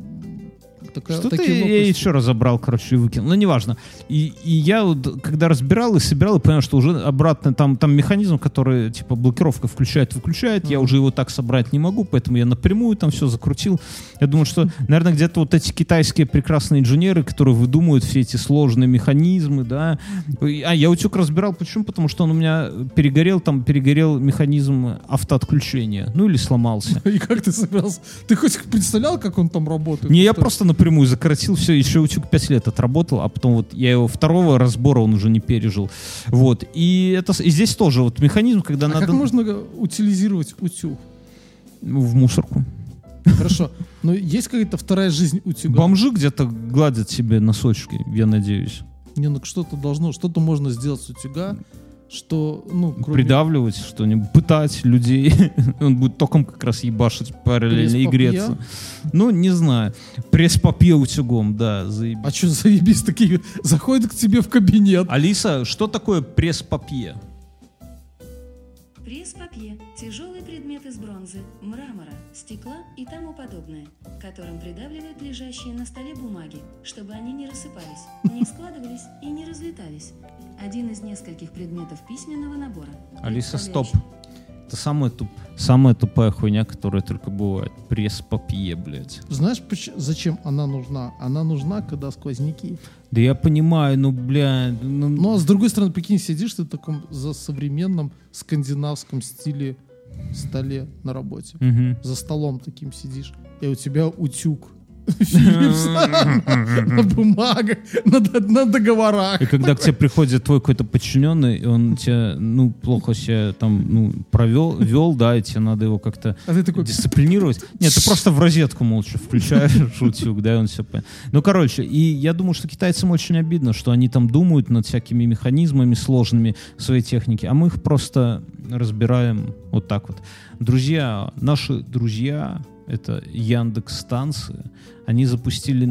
Что-то такие я лопасти. еще разобрал, короче, и выкинул. Ну, неважно. И я вот, когда разбирал и собирал, я понял, что уже обратно там механизм, который, типа, блокировка включает-выключает. Я уже его так собрать не могу, поэтому я напрямую там все закрутил. Я думаю, что, наверное, где-то вот эти китайские прекрасные инженеры, которые выдумывают все эти сложные механизмы, да. Я утюг разбирал. Почему? Потому что он у меня перегорел механизм автоотключения. Ну, или сломался. И как ты собирался? Ты хоть представлял, как он там работает? Не, я Что? просто напрямую закоротил все, еще утюг 5 лет отработал, а потом вот я его второго разбора он уже не пережил. Вот. И здесь тоже вот механизм, когда А надо... как можно утилизировать утюг? В мусорку. Хорошо. Но есть какая-то вторая жизнь утюга? Бомжи где-то гладят себе носочки, я надеюсь. Не, ну что-то можно сделать с утюга, что, ну, кроме... Придавливать что-нибудь, пытать людей. Он будет током как раз ебашить параллельно и Пресс-папье? греться. Ну, не знаю. Пресс-папье утюгом, да, заебись. А что заебись такие? Заходят к тебе в кабинет. Алиса, что такое пресс-папье? Пресс-папье – тяжелый предмет из бронзы, мрамора, стекла и тому подобное, которым придавливают лежащие на столе бумаги, чтобы они не рассыпались, не складывались и не разлетались. Один из нескольких предметов письменного набора. Алиса, стоп. представляющих- Это самая тупая хуйня, которая только бывает. Пресс-папье, блядь. Знаешь, зачем она нужна? Она нужна, когда сквозняки. Да я понимаю, ну, блядь. Ну, а с другой стороны, прикинь, сидишь ты в таком за современном скандинавском стиле столе на работе. Мгм. За столом таким сидишь, и у тебя утюг Philips на бумагах, на договорах. И когда к тебе приходит твой какой-то подчиненный, и он тебя, плохо себя там, вел, да, и тебе надо его как-то дисциплинировать. Нет, ты просто в розетку молча включаешь утюг, да, и он все понял. И я думаю, что китайцам очень обидно, что они там думают над всякими механизмами сложными своей техники, а мы их просто разбираем вот так вот. Друзья, наши друзья, это Яндекс.Станции, они запустили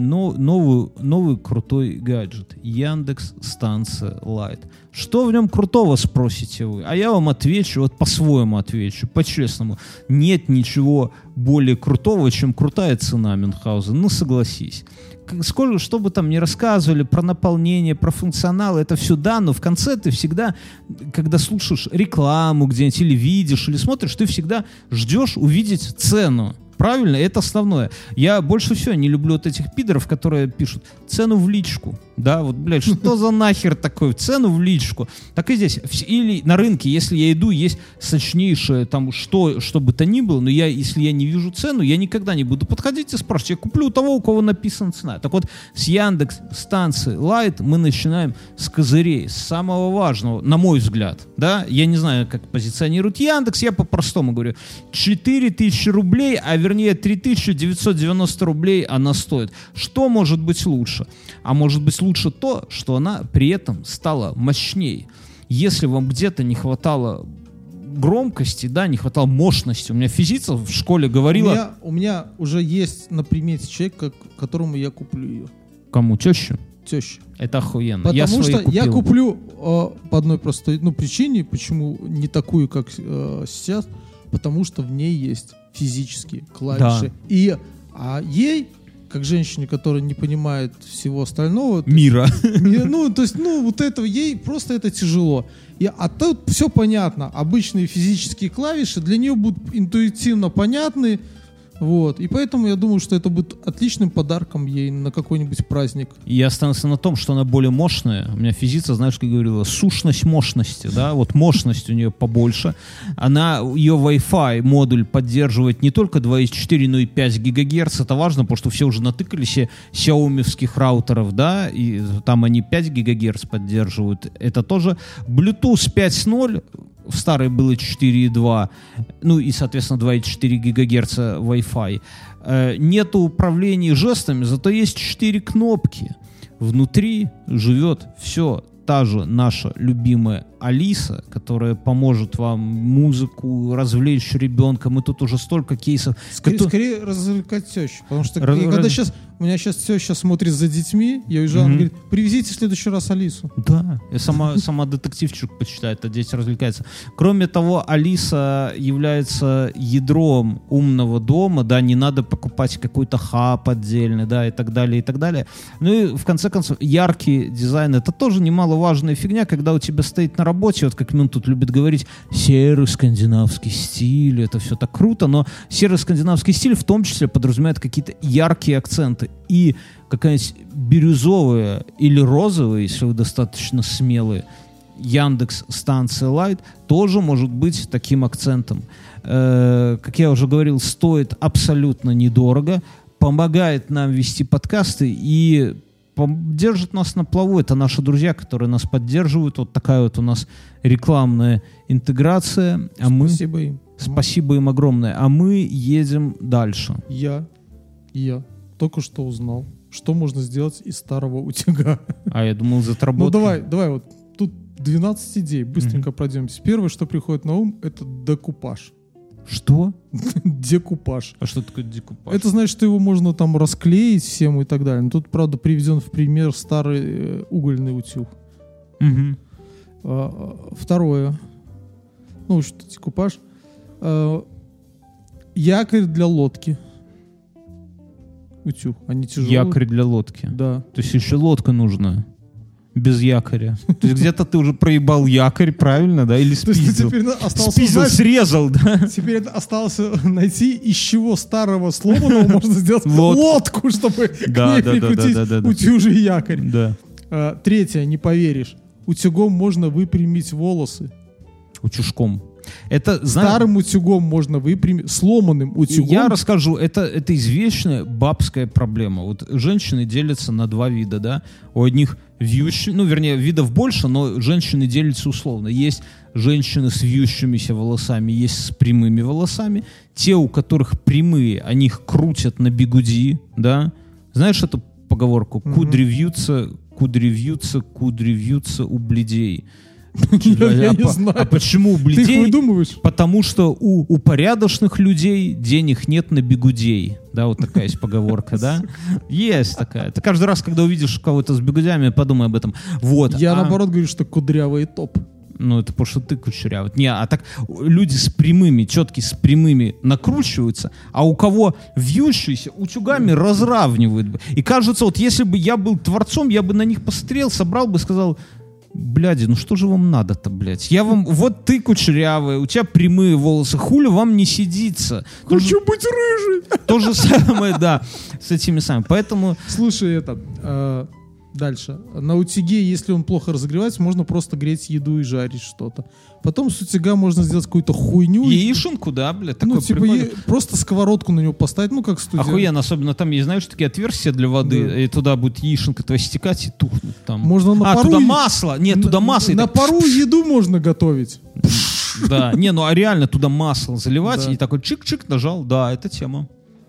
новый крутой гаджет. Яндекс.Станция Лайт. Что в нем крутого, спросите вы? А я вам отвечу, вот по-своему отвечу, по-честному. Нет ничего более крутого, чем крутая цена Мюнхгаузен. Согласись. Сколько, что бы там ни рассказывали про наполнение, про функционал, это все да, но в конце ты всегда, когда слушаешь рекламу где-нибудь или видишь, или смотришь, ты всегда ждешь увидеть цену. Правильно? Это основное. Я больше всего не люблю вот этих пидоров, которые пишут цену в личку. Да, вот, блядь, что за нахер такое? Цену в личку. Так и здесь. Или на рынке, если я иду, есть сочнейшее там что бы то ни было, но если я не вижу цену, я никогда не буду подходить и спрашивать. Я куплю у того, у кого написана цена. Так вот, с Яндекс.Станции Лайт мы начинаем с козырей, с самого важного, на мой взгляд. Да? Я не знаю, как позиционирует Яндекс, я по-простому говорю. 4000 рублей, а вернее 3990 рублей она стоит. Что может быть лучше? А может быть лучше то, что она при этом стала мощнее. Если вам где-то не хватало громкости, да, не хватало мощности. У меня физица в школе говорила... У меня уже есть на примете человек, которому я куплю ее. Кому? Тещу? Теща. Это охуенно. Потому что я куплю по одной простой причине, почему не такую, как сейчас, потому что в ней есть физические клавиши. Да. А ей, как женщине, которая не понимает всего остального... Мира. Вот этого ей просто это тяжело. А тут все понятно. Обычные физические клавиши для нее будут интуитивно понятны. Вот. И поэтому я думаю, что это будет отличным подарком ей на какой-нибудь праздник. Я останусь на том, что она более мощная. У меня физица, знаешь, как говорила, сущность мощности, да, вот мощность у нее побольше. Ее Wi-Fi модуль поддерживает не только 2,4, но и 5 ГГц. Это важно, потому что все уже натыкали себе xiaomi-вских раутеров, да, и там они 5 ГГц поддерживают. Это тоже Bluetooth 5.0. В старой было 4.2, и, соответственно, 2,4 ГГц Wi-Fi. Нету управления жестами, зато есть 4 кнопки. Внутри живет все та же наша любимая Алиса, которая поможет вам музыку развлечь ребенка. Мы тут уже столько кейсов. Скорее развлекать тещу. Потому что у меня сейчас теща смотрит за детьми, я уезжаю, она говорит, привезите в следующий раз Алису. Да, и сама детективчик почитает, а дети развлекаются. Кроме того, Алиса является ядром умного дома, да, не надо покупать какой-то хаб отдельный, да, и так далее, и так далее. И в конце концов, яркий дизайн, это тоже немаловажная фигня, когда у тебя стоит на работе, вот как Мюн тут любит говорить, серый скандинавский стиль, это все так круто, но серый скандинавский стиль в том числе подразумевает какие-то яркие акценты. И какая-нибудь бирюзовая или розовая, если вы достаточно смелые, Яндекс.Станция Лайт тоже может быть таким акцентом. Как я уже говорил, стоит абсолютно недорого, помогает нам вести подкасты и держит нас на плаву. Это наши друзья, которые нас поддерживают. Вот такая вот у нас рекламная интеграция. Спасибо им. Спасибо им огромное. А мы едем дальше. Я только что узнал, что можно сделать из старого утюга. А я думал, из отработки. Давай вот. Тут 12 идей. Быстренько пройдемся. Первое, что приходит на ум, это декупаж. Что? Декупаж. А что такое декупаж? Это значит, что его можно там расклеить всем и так далее. Но тут, правда, приведен в пример старый угольный утюг. Второе. Что декупаж? Якорь для лодки. Утюг. Они тяжелые. Якорь для лодки. Да. То есть еще лодка нужна. Без якоря. То есть где-то ты уже проебал якорь, правильно, да? Или спиздил. Спиздил, срезал, да? Теперь осталось найти, из чего старого сломанного можно сделать лодку, чтобы к ней прикрутить утюжий якорь. Да. Третье, не поверишь. Утюгом можно выпрямить волосы. Утюжком. Это, Старым утюгом можно выпрямить, сломанным утюгом. Я расскажу, это извечная бабская проблема. Вот женщины делятся на два вида, да. У одних вьющие, ну, вернее, видов больше, но женщины делятся условно. Есть женщины с вьющимися волосами, есть с прямыми волосами. Те, у которых прямые, они их крутят на бигуди, да. Знаешь эту поговорку? Кудри вьются у бледей. Я не знаю. А почему у бледей? Ты их выдумываешь? Потому что у порядочных людей денег нет на бигудей. Да, вот такая есть поговорка, да? Есть такая. Ты каждый раз, когда увидишь кого-то с бигудями, подумай об этом. Вот. Я наоборот говорю, что кудрявый топ. Ну, это потому что ты кучерявый. Не, а так люди с прямыми, четкие с прямыми накручиваются, а у кого вьющиеся, утюгами разравнивают. И кажется, вот если бы я был творцом, я бы на них посмотрел, собрал бы, сказал: бляди, ну что же вам надо-то, блядь? Я вам, вот ты кучерявый, у тебя прямые волосы, хули вам не сидится? Хочу быть рыжий! То же самое, да, с этими самыми. Поэтому... Слушай, дальше. На утюге, если он плохо разогревается, можно просто греть еду и жарить что-то. Потом с утюга можно сделать какую-то хуйню. Яишенку, да, блядь, такой просто сковородку на него поставить, ну как студент. Охуенно, особенно там есть, знаешь, такие отверстия для воды, Да. и туда будет яишенка твоя стекать и тухнуть там. Можно на пару... туда масло! Нет, туда масло. На пару еду можно готовить. Да, не, ну а реально туда масло заливать, Да. и такой чик-чик нажал, да, это тема.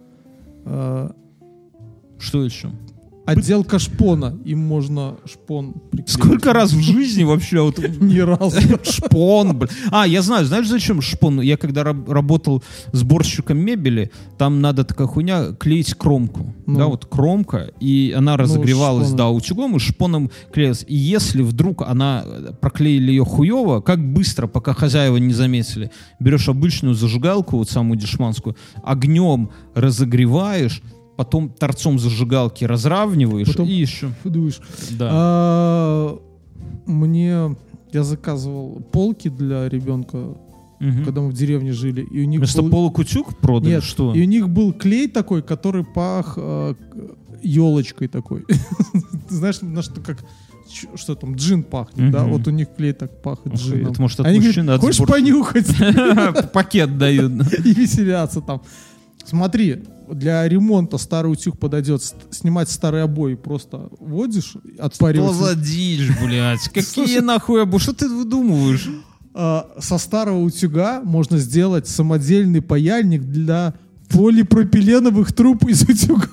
Что еще? Отделка шпона. Им можно шпон приклеить. Сколько раз в жизни вообще вот Ни разу. шпон, блин. Я знаю, знаешь, зачем шпон? Я когда работал сборщиком мебели, там надо такая хуйня клеить кромку. Ну. Да, вот кромка, и она разогревалась, шпоном. да, утюгом, и шпоном клеилась. И если вдруг она, проклеили ее хуево, как быстро, пока хозяева не заметили, берешь обычную зажигалку, вот самую дешманскую, огнем разогреваешь, потом торцом зажигалки разравниваешь, Потом и еще. дуешь. Да. Я заказывал полки для ребенка, Мгм. когда мы в деревне жили, и у них Вместо был... полок утюг продали, Нет, что? и у них был клей такой, который пах елочкой такой. Знаешь, на что как что там, джин пахнет, да? Мгм. Вот у них клей так пахнет джином. Это может от Они мужчины, говорят: от хочешь сборщика?» понюхать? Пакет дают. И веселятся там. Смотри, для ремонта старый утюг подойдет. Снимать старые обои просто водишь, Что отпариваешь. за дичь, блядь? Какие нахуй обои? Что ты выдумываешь? Со старого утюга можно сделать самодельный паяльник для полипропиленовых труб из утюга.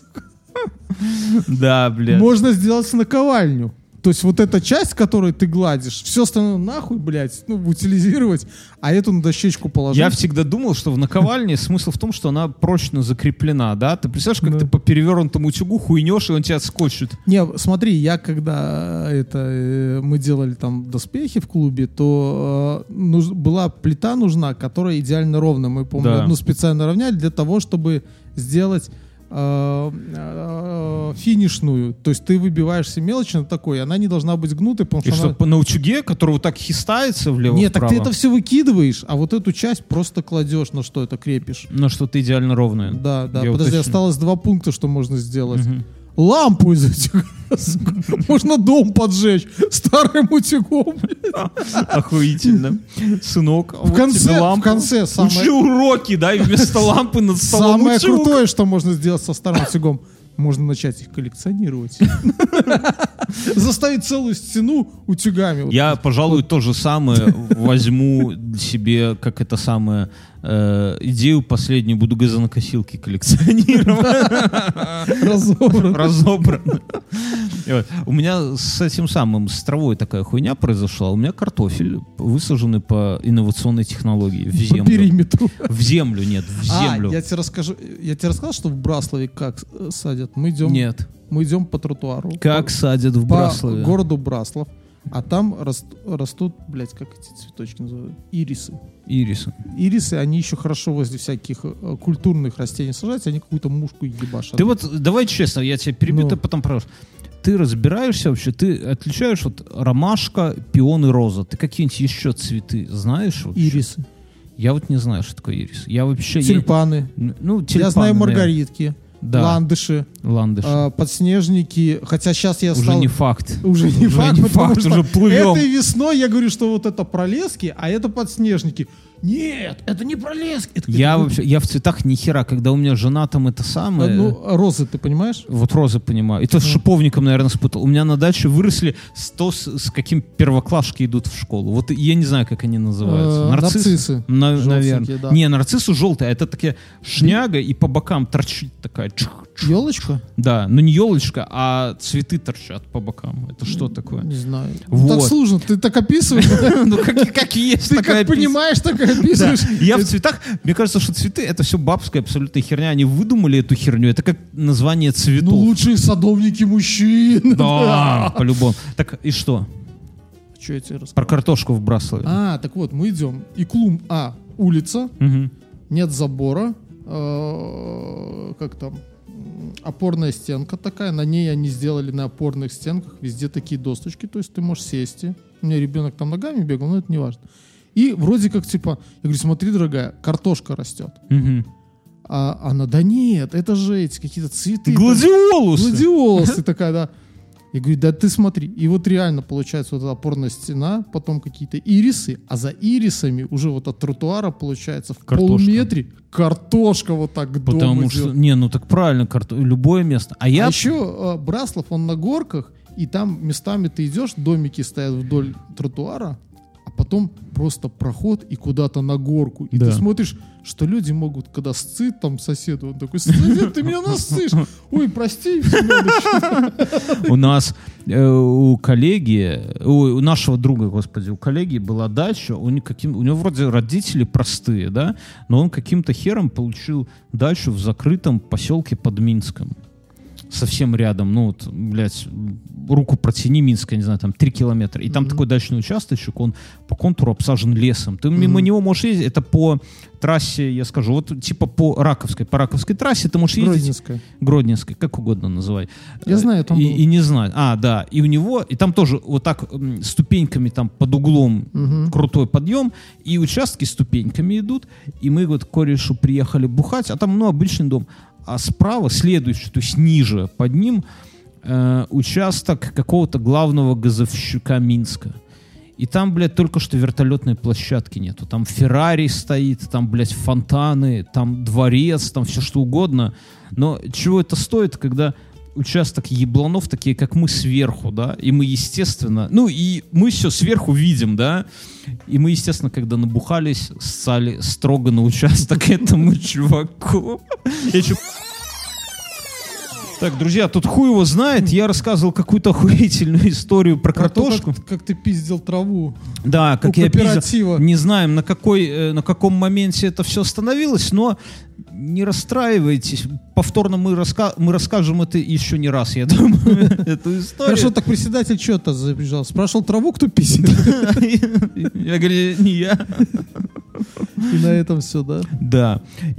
Да, блядь. Можно сделать наковальню. То есть вот эта часть, которую ты гладишь, все остальное нахуй, блядь, утилизировать, а эту на дощечку положить. Я всегда думал, что в наковальне смысл в том, что она прочно закреплена, да? Ты представляешь, как Да. ты по перевернутому утюгу хуйнешь, и он тебя отскочит? Не, смотри, я когда мы делали там доспехи в клубе, то была плита нужна, которая идеально ровная. Мы, по-моему, Да. одну специально равняли для того, чтобы сделать финишную. То есть ты выбиваешь все мелочи на такой, она не должна быть гнутой, потому И что она... что, на утюге, который вот так хистается влево-вправо? Нет, так ты это все выкидываешь, а вот эту часть просто кладешь, на что это крепишь. Ну, что-то идеально ровное. Да, да. Я Подожди, уточню. осталось 2 пункта, что можно сделать. Мгм. Лампу из утюга. Можно дом поджечь старым утюгом. Охуительно. Сынок, В конце самое... Учи уроки, да, и вместо лампы над столом Самое утюг. крутое, что можно сделать со старым утюгом, можно начать их коллекционировать. Заставить целую стену утюгами. Вот. Я, пожалуй, то же самое возьму себе, как это самое, идею последнюю, буду газонокосилки коллекционировать. Разобрано. И вот. У меня с этим самым, с травой такая хуйня произошла. У меня картофель, высаженный по инновационной технологии в По землю. периметру. В землю, нет, в землю. Я тебе расскажу. Я тебе рассказал, что в Браславе как садят? Мы Нет. идем по тротуару. Как садят в по Браславе? городу Браслав. А там растут, блядь, как эти цветочки называют? Ирисы. Ирисы. Ирисы, они еще хорошо возле всяких культурных растений сажаются, они какую-то мушку ебашат. Ты вот, давай честно, я тебя перебью, Ну. ты потом продолжишь. Ты разбираешься вообще, ты отличаешь вот ромашка, пион и роза. Ты какие-нибудь еще цветы знаешь? Вообще? Ирисы. Я вот не знаю, что такое ирис. Я вообще... Тюльпаны. Ну, Я тюльпаны, знаю наверное. маргаритки. ландыши, подснежники. Хотя сейчас я стал... Уже не факт. Уже не факт, потому что уже плывем. этой весной я говорю, что вот это пролески, а это подснежники. Нет, это не пролески. Я в цветах ни хера, когда у меня жена там это самое... Ну, розы, ты понимаешь? Вот розы понимаю. И то с шиповником, наверное, спутал. У меня на даче выросли с каким первоклашки идут в школу. Вот я не знаю, как они называются. Нарциссы. Наверное. Да. Не, нарциссы желтые, а это такие шняга, и по бокам торчит такая... Елочка? Да, но не елочка, а цветы торчат по бокам. Это что такое? Не знаю. Вот. Так сложно, ты так описываешь. Ну, как есть. Ты как понимаешь, так и описываешь. Я в цветах, мне кажется, что цветы — это все бабская абсолютная херня. Они выдумали эту херню. Это как название цветов. Ну, лучшие садовники мужчин. Да, по-любому. Так, и что? Что я тебе рассказал? Про картошку вбрасывали. Так вот, мы идем. И клумб, улица, нет забора, как там, опорная стенка такая, на ней они сделали на опорных стенках везде такие досточки, то есть ты можешь сесть. У меня ребенок там ногами бегал, но это не важно. И вроде как типа, я говорю, смотри, дорогая, картошка растет. А она, да нет, это же эти какие-то цветы. Гладиолусы. Гладиолусы такая, да. Я говорю, да ты смотри. И вот реально получается вот эта опорная стена, потом какие-то ирисы, а за ирисами уже вот от тротуара получается в полуметре картошка вот так к дому. Потому что, ну так правильно, любое место. А еще Браслов, он на горках, и там местами ты идешь, домики стоят вдоль тротуара, а потом просто проход и куда-то на горку. И ты смотришь, что люди могут, когда сцит там соседу, он такой, сосед, ты меня насышь. Ой, прости. У нас у коллеги, у нашего друга, господи, у коллеги была дача, у него вроде родители простые, да, но он каким-то хером получил дачу в закрытом поселке под Минском. Совсем рядом, ну вот, блядь, руку протяни, Минск, я не знаю, там 3 километра. И там такой дачный участочек, он по контуру обсажен лесом. Ты мимо него можешь ездить, это по трассе, я скажу, вот типа по Раковской трассе ты можешь ездить. Гродненской, как угодно называй. Я знаю, там и не знаю. Да, и у него, и там тоже вот так ступеньками там под углом крутой подъем, и участки ступеньками идут, и мы вот к корешу приехали бухать, а там, ну, обычный дом. А справа, следующий, то есть ниже, под ним участок какого-то главного газовщика Минска. И там, блядь, только что вертолетной площадки нету. Там Феррари стоит, там, блядь, фонтаны, там дворец, там все что угодно. Но чего это стоит, когда участок ебланов, такие как мы, сверху, да, и мы, естественно, ну, и мы все сверху видим, да, и мы, естественно, когда набухались, ссали строго на участок этому чуваку. Так, друзья, тут хуй его знает, я рассказывал какую-то охуительную историю про картошку. Как ты пиздил траву. Да, как я пиздил. Не знаем, на каком моменте это все остановилось, но не расстраивайтесь. Повторно мы расскажем это еще не раз, я думаю, эту историю. Хорошо, так председатель что-то забежал. Спрашивал траву, кто пиздит? Я говорю, не я. И на этом все, да? Да.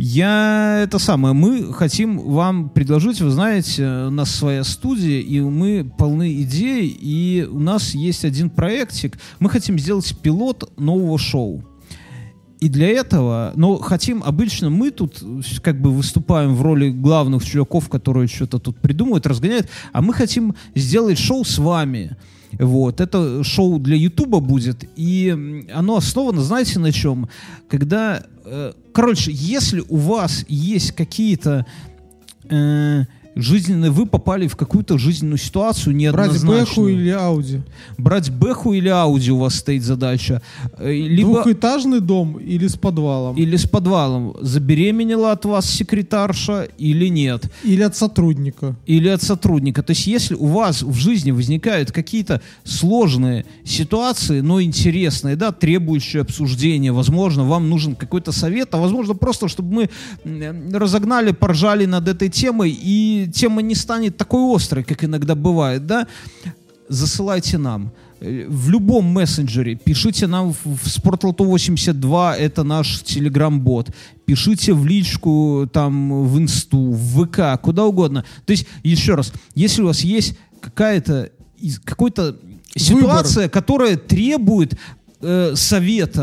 Мы хотим вам предложить, вы знаете, у нас своя студия, и мы полны идей, и у нас есть один проектик. Мы хотим сделать пилот нового шоу. И для этого, обычно мы тут как бы выступаем в роли главных чуваков, которые что-то тут придумывают, разгоняют, а мы хотим сделать шоу с вами. Вот, это шоу для Ютуба будет, и оно основано, знаете, на чем? Когда, если у вас есть какие-то жизненные, вы попали в какую-то жизненную ситуацию неоднозначную. Брать бэху или Ауди? Брать бэху или Ауди у вас стоит задача. Либо... Двухэтажный дом или с подвалом? Или с подвалом. Забеременела от вас секретарша или нет? Или от сотрудника. Или от сотрудника. То есть если у вас в жизни возникают какие-то сложные ситуации, но интересные, да, требующие обсуждения, возможно, вам нужен какой-то совет, а возможно просто, чтобы мы разогнали, поржали над этой темой, и тема не станет такой острой, как иногда бывает, да, засылайте нам. В любом мессенджере, пишите нам в Sportlото82, это наш телеграм-бот, пишите в личку, там, в инсту, в ВК, куда угодно. То есть, еще раз, если у вас есть какая-то ситуация, которая требует совета,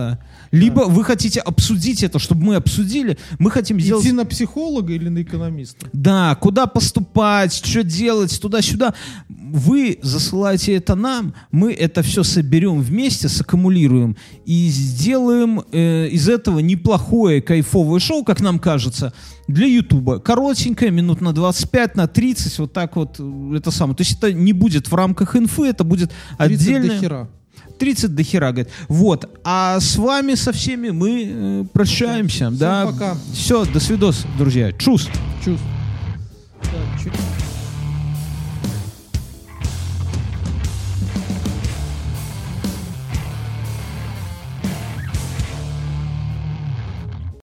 Либо вы хотите обсудить это, чтобы мы обсудили. Мы хотим сделать... Идти на психолога или на экономиста? Да, куда поступать, что делать, туда-сюда. Вы засылаете это нам, мы это все соберем вместе, саккумулируем и сделаем из этого неплохое, кайфовое шоу, как нам кажется, для Ютуба. Коротенькое, минут на 25, на 30, вот так вот, это самое. То есть это не будет в рамках инфы, это будет 30 отдельно. до хера. 30 до хера, говорит. Вот. А с вами, со всеми мы прощаемся. Всем Да. пока. Все, до свидос, друзья. Чус. Чувств.